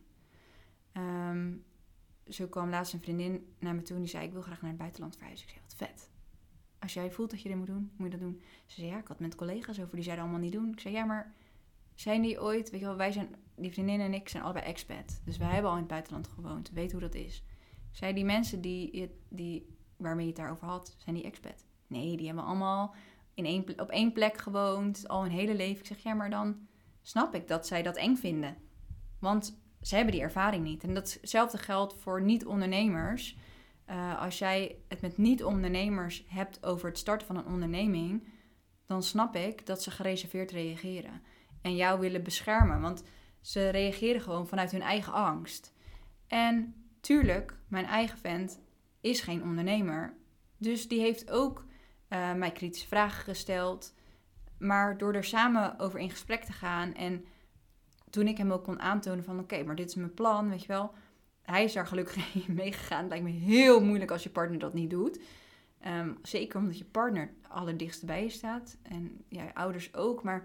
Zo kwam laatst een vriendin naar me toe en die zei, ik wil graag naar het buitenland verhuizen. Ik zei, wat vet. Als jij voelt dat je dit moet doen, moet je dat doen. Ze zei, ik had met collega's over, die zeiden allemaal niet doen. Ik zei, maar zijn die ooit, weet je wel, die vriendin en ik zijn allebei expat. Dus wij hebben al in het buitenland gewoond, weten hoe dat is. Ik zei, die mensen waarmee je het daarover had, zijn die expat? Nee, die hebben allemaal op één plek gewoond, al hun hele leven. Ik zeg, maar dan snap ik dat zij dat eng vinden. Want ze hebben die ervaring niet. En datzelfde geldt voor niet-ondernemers. Als jij het met niet-ondernemers hebt over het starten van een onderneming, dan snap ik dat ze gereserveerd reageren. En jou willen beschermen, want ze reageren gewoon vanuit hun eigen angst. En tuurlijk, mijn eigen vent is geen ondernemer. Dus die heeft ook mij kritische vragen gesteld. Maar door er samen over in gesprek te gaan en toen ik hem ook kon aantonen van oké, maar dit is mijn plan, weet je wel. Hij is daar gelukkig in meegegaan. Het lijkt me heel moeilijk als je partner dat niet doet. Zeker omdat je partner allerdichtst bij je staat. En je ouders ook. Maar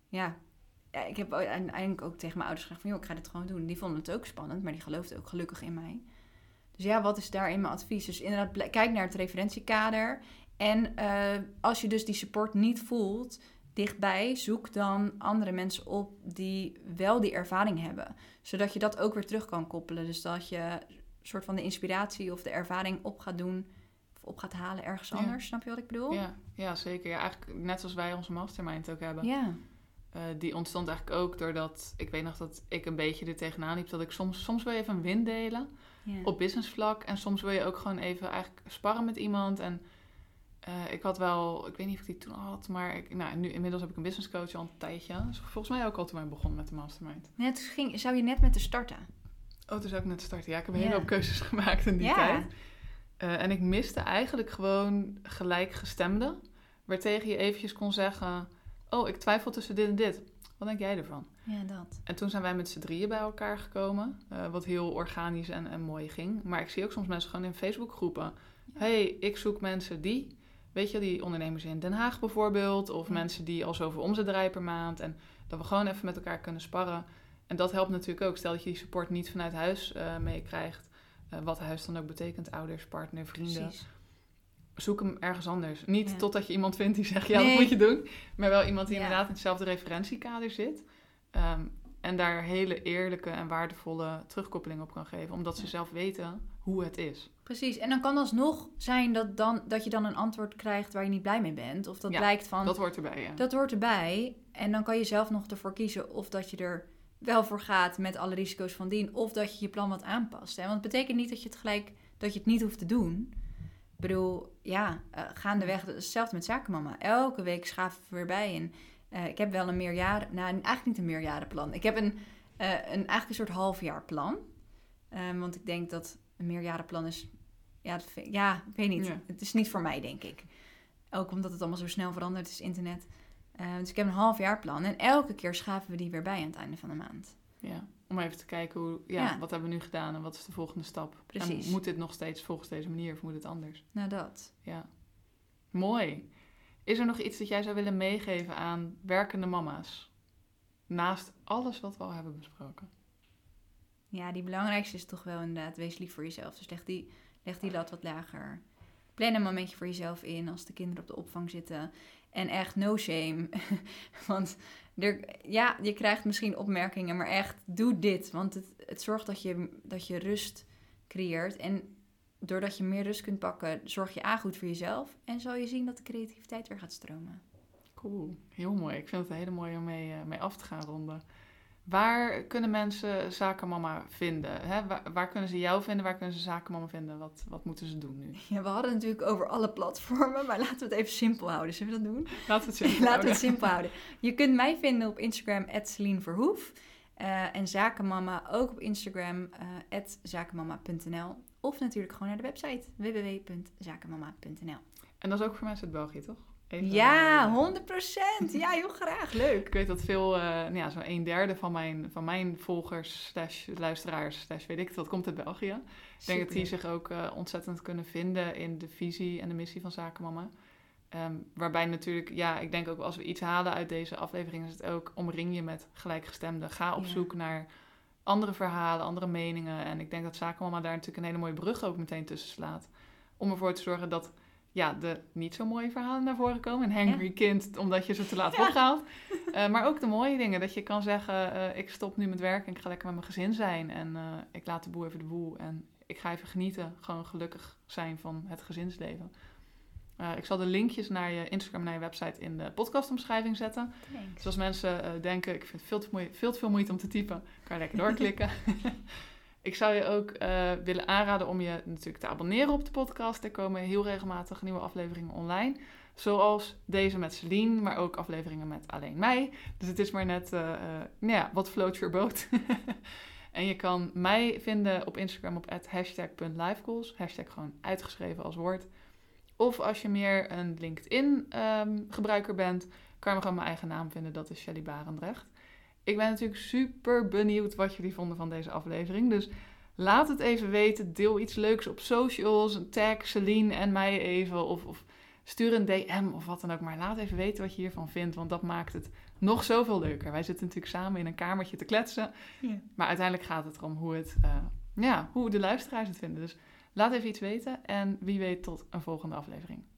ik heb uiteindelijk ook tegen mijn ouders gezegd van, ik ga dit gewoon doen. Die vonden het ook spannend, maar die geloofden ook gelukkig in mij. Dus wat is daarin mijn advies? Dus inderdaad, kijk naar het referentiekader. En als je dus die support niet voelt dichtbij, zoek dan andere mensen op die wel die ervaring hebben. Zodat je dat ook weer terug kan koppelen. Dus dat je een soort van de inspiratie of de ervaring op gaat doen of op gaat halen ergens anders. Snap je wat ik bedoel? Ja, zeker. Ja, eigenlijk net zoals wij onze mastermind ook hebben. Ja. Die ontstond eigenlijk ook doordat, ik weet nog dat ik een beetje er tegenaan liep, dat ik soms wil je even een win delen op businessvlak. En soms wil je ook gewoon even eigenlijk sparren met iemand. En ik had wel, ik weet niet of ik die toen al had, maar nu inmiddels heb ik een business coach al een tijdje. Dus volgens mij ook al toen wij begonnen met de mastermind. Zou je net met te starten? Oh, toen zou ik net starten. Ja, ik heb een hele hoop keuzes gemaakt in die tijd. En ik miste eigenlijk gewoon gelijkgestemden, waartegen je eventjes kon zeggen, oh, ik twijfel tussen dit en dit. Wat denk jij ervan? Ja, dat. En toen zijn wij met z'n drieën bij elkaar gekomen, wat heel organisch en mooi ging. Maar ik zie ook soms mensen gewoon in Facebookgroepen. Hey, ik zoek mensen die. weet je, die ondernemers in Den Haag bijvoorbeeld. Of mensen die al zoveel omzet draaien per maand. En dat we gewoon even met elkaar kunnen sparren. En dat helpt natuurlijk ook. Stel dat je die support niet vanuit huis meekrijgt. Wat huis dan ook betekent. Ouders, partner, vrienden. Precies. Zoek hem ergens anders. Niet totdat je iemand vindt die zegt, Nee. dat moet je doen. Maar wel iemand die Ja. inderdaad in hetzelfde referentiekader zit. En daar hele eerlijke en waardevolle terugkoppeling op kan geven. Omdat ze zelf weten hoe het is. Precies. En dan kan alsnog zijn dat je dan een antwoord krijgt waar je niet blij mee bent. Of dat blijkt van... Dat hoort erbij, ja. Dat hoort erbij. En dan kan je zelf nog ervoor kiezen of dat je er wel voor gaat met alle risico's van dien. Of dat je je plan wat aanpast. Hè? Want het betekent niet dat je het niet hoeft te doen. Ik bedoel, gaandeweg, hetzelfde met Zakenmama. Elke week schaven we weer bij. En ik heb wel een meerjaren... Nou, eigenlijk niet een meerjarenplan. Ik heb eigenlijk een soort halfjaarplan. Want ik denk dat een meerjarenplan is... ik weet niet. Ja. Het is niet voor mij, denk ik. Ook omdat het allemaal zo snel verandert, is internet. Dus ik heb een halfjaarplan. En elke keer schaven we die weer bij aan het einde van de maand. Ja, om even te kijken wat hebben we nu gedaan en wat is de volgende stap. Precies. En moet dit nog steeds volgens deze manier of moet het anders? Nou, dat. Ja, mooi. Is er nog iets dat jij zou willen meegeven aan werkende mama's? Naast alles wat we al hebben besproken. Ja, die belangrijkste is toch wel inderdaad, wees lief voor jezelf. Dus leg die lat wat lager. Plan een momentje voor jezelf in als de kinderen op de opvang zitten. En echt no shame. Want je krijgt misschien opmerkingen, maar echt doe dit. Want het zorgt dat je rust creëert. En doordat je meer rust kunt pakken, zorg je goed voor jezelf. En zal je zien dat de creativiteit weer gaat stromen. Cool, heel mooi. Ik vind het een hele mooie om mee af te gaan ronden. Waar kunnen mensen Zakenmama vinden? Hè? Waar kunnen ze jou vinden? Waar kunnen ze Zakenmama vinden? Wat moeten ze doen nu? Ja, we hadden het natuurlijk over alle platformen, maar laten we het even simpel houden. Zullen we dat doen? Laten we het simpel houden. Je kunt mij vinden op Instagram @CelineVerhoef. En Zakenmama ook op Instagram @zakenmama.nl. Of natuurlijk gewoon naar de website www.zakenmama.nl. En dat is ook voor mensen uit België, toch? Ja, 100%. Ja, heel graag. Leuk. Ik weet dat veel, zo'n 1/3 van mijn volgers / luisteraars / weet ik het wat, komt uit België. Ik denk dat die zich ook ontzettend kunnen vinden in de visie en de missie van Zakenmama. Waarbij natuurlijk, ik denk ook als we iets halen uit deze aflevering is het ook omring je met gelijkgestemden. Ga op zoek naar andere verhalen, andere meningen. En ik denk dat Zakenmama daar natuurlijk een hele mooie brug ook meteen tussen slaat. Om ervoor te zorgen dat de niet zo mooie verhalen naar voren komen. Een hangry kind, omdat je ze te laat opgehaald. Maar ook de mooie dingen. Dat je kan zeggen, ik stop nu met werken en ik ga lekker met mijn gezin zijn. En ik laat de boel even de boel. En ik ga even genieten. Gewoon gelukkig zijn van het gezinsleven. Ik zal de linkjes naar je Instagram en naar je website in de podcastomschrijving zetten. Thanks. Dus als mensen denken, ik vind het veel te veel moeite om te typen. Kan je lekker doorklikken. Ik zou je ook willen aanraden om je natuurlijk te abonneren op de podcast. Er komen heel regelmatig nieuwe afleveringen online. Zoals deze met Celine, maar ook afleveringen met alleen mij. Dus het is maar net wat float your boat. En je kan mij vinden op Instagram op @hashtag.lifegoals. Hashtag gewoon uitgeschreven als woord. Of als je meer een LinkedIn gebruiker bent, kan je me gewoon mijn eigen naam vinden. Dat is Shelly Barendrecht. Ik ben natuurlijk super benieuwd wat jullie vonden van deze aflevering. Dus laat het even weten. Deel iets leuks op socials. Tag Celine en mij even. Of stuur een DM of wat dan ook. Maar laat even weten wat je hiervan vindt. Want dat maakt het nog zoveel leuker. Wij zitten natuurlijk samen in een kamertje te kletsen. Ja. Maar uiteindelijk gaat het erom hoe de luisteraars het vinden. Dus laat even iets weten. En wie weet tot een volgende aflevering.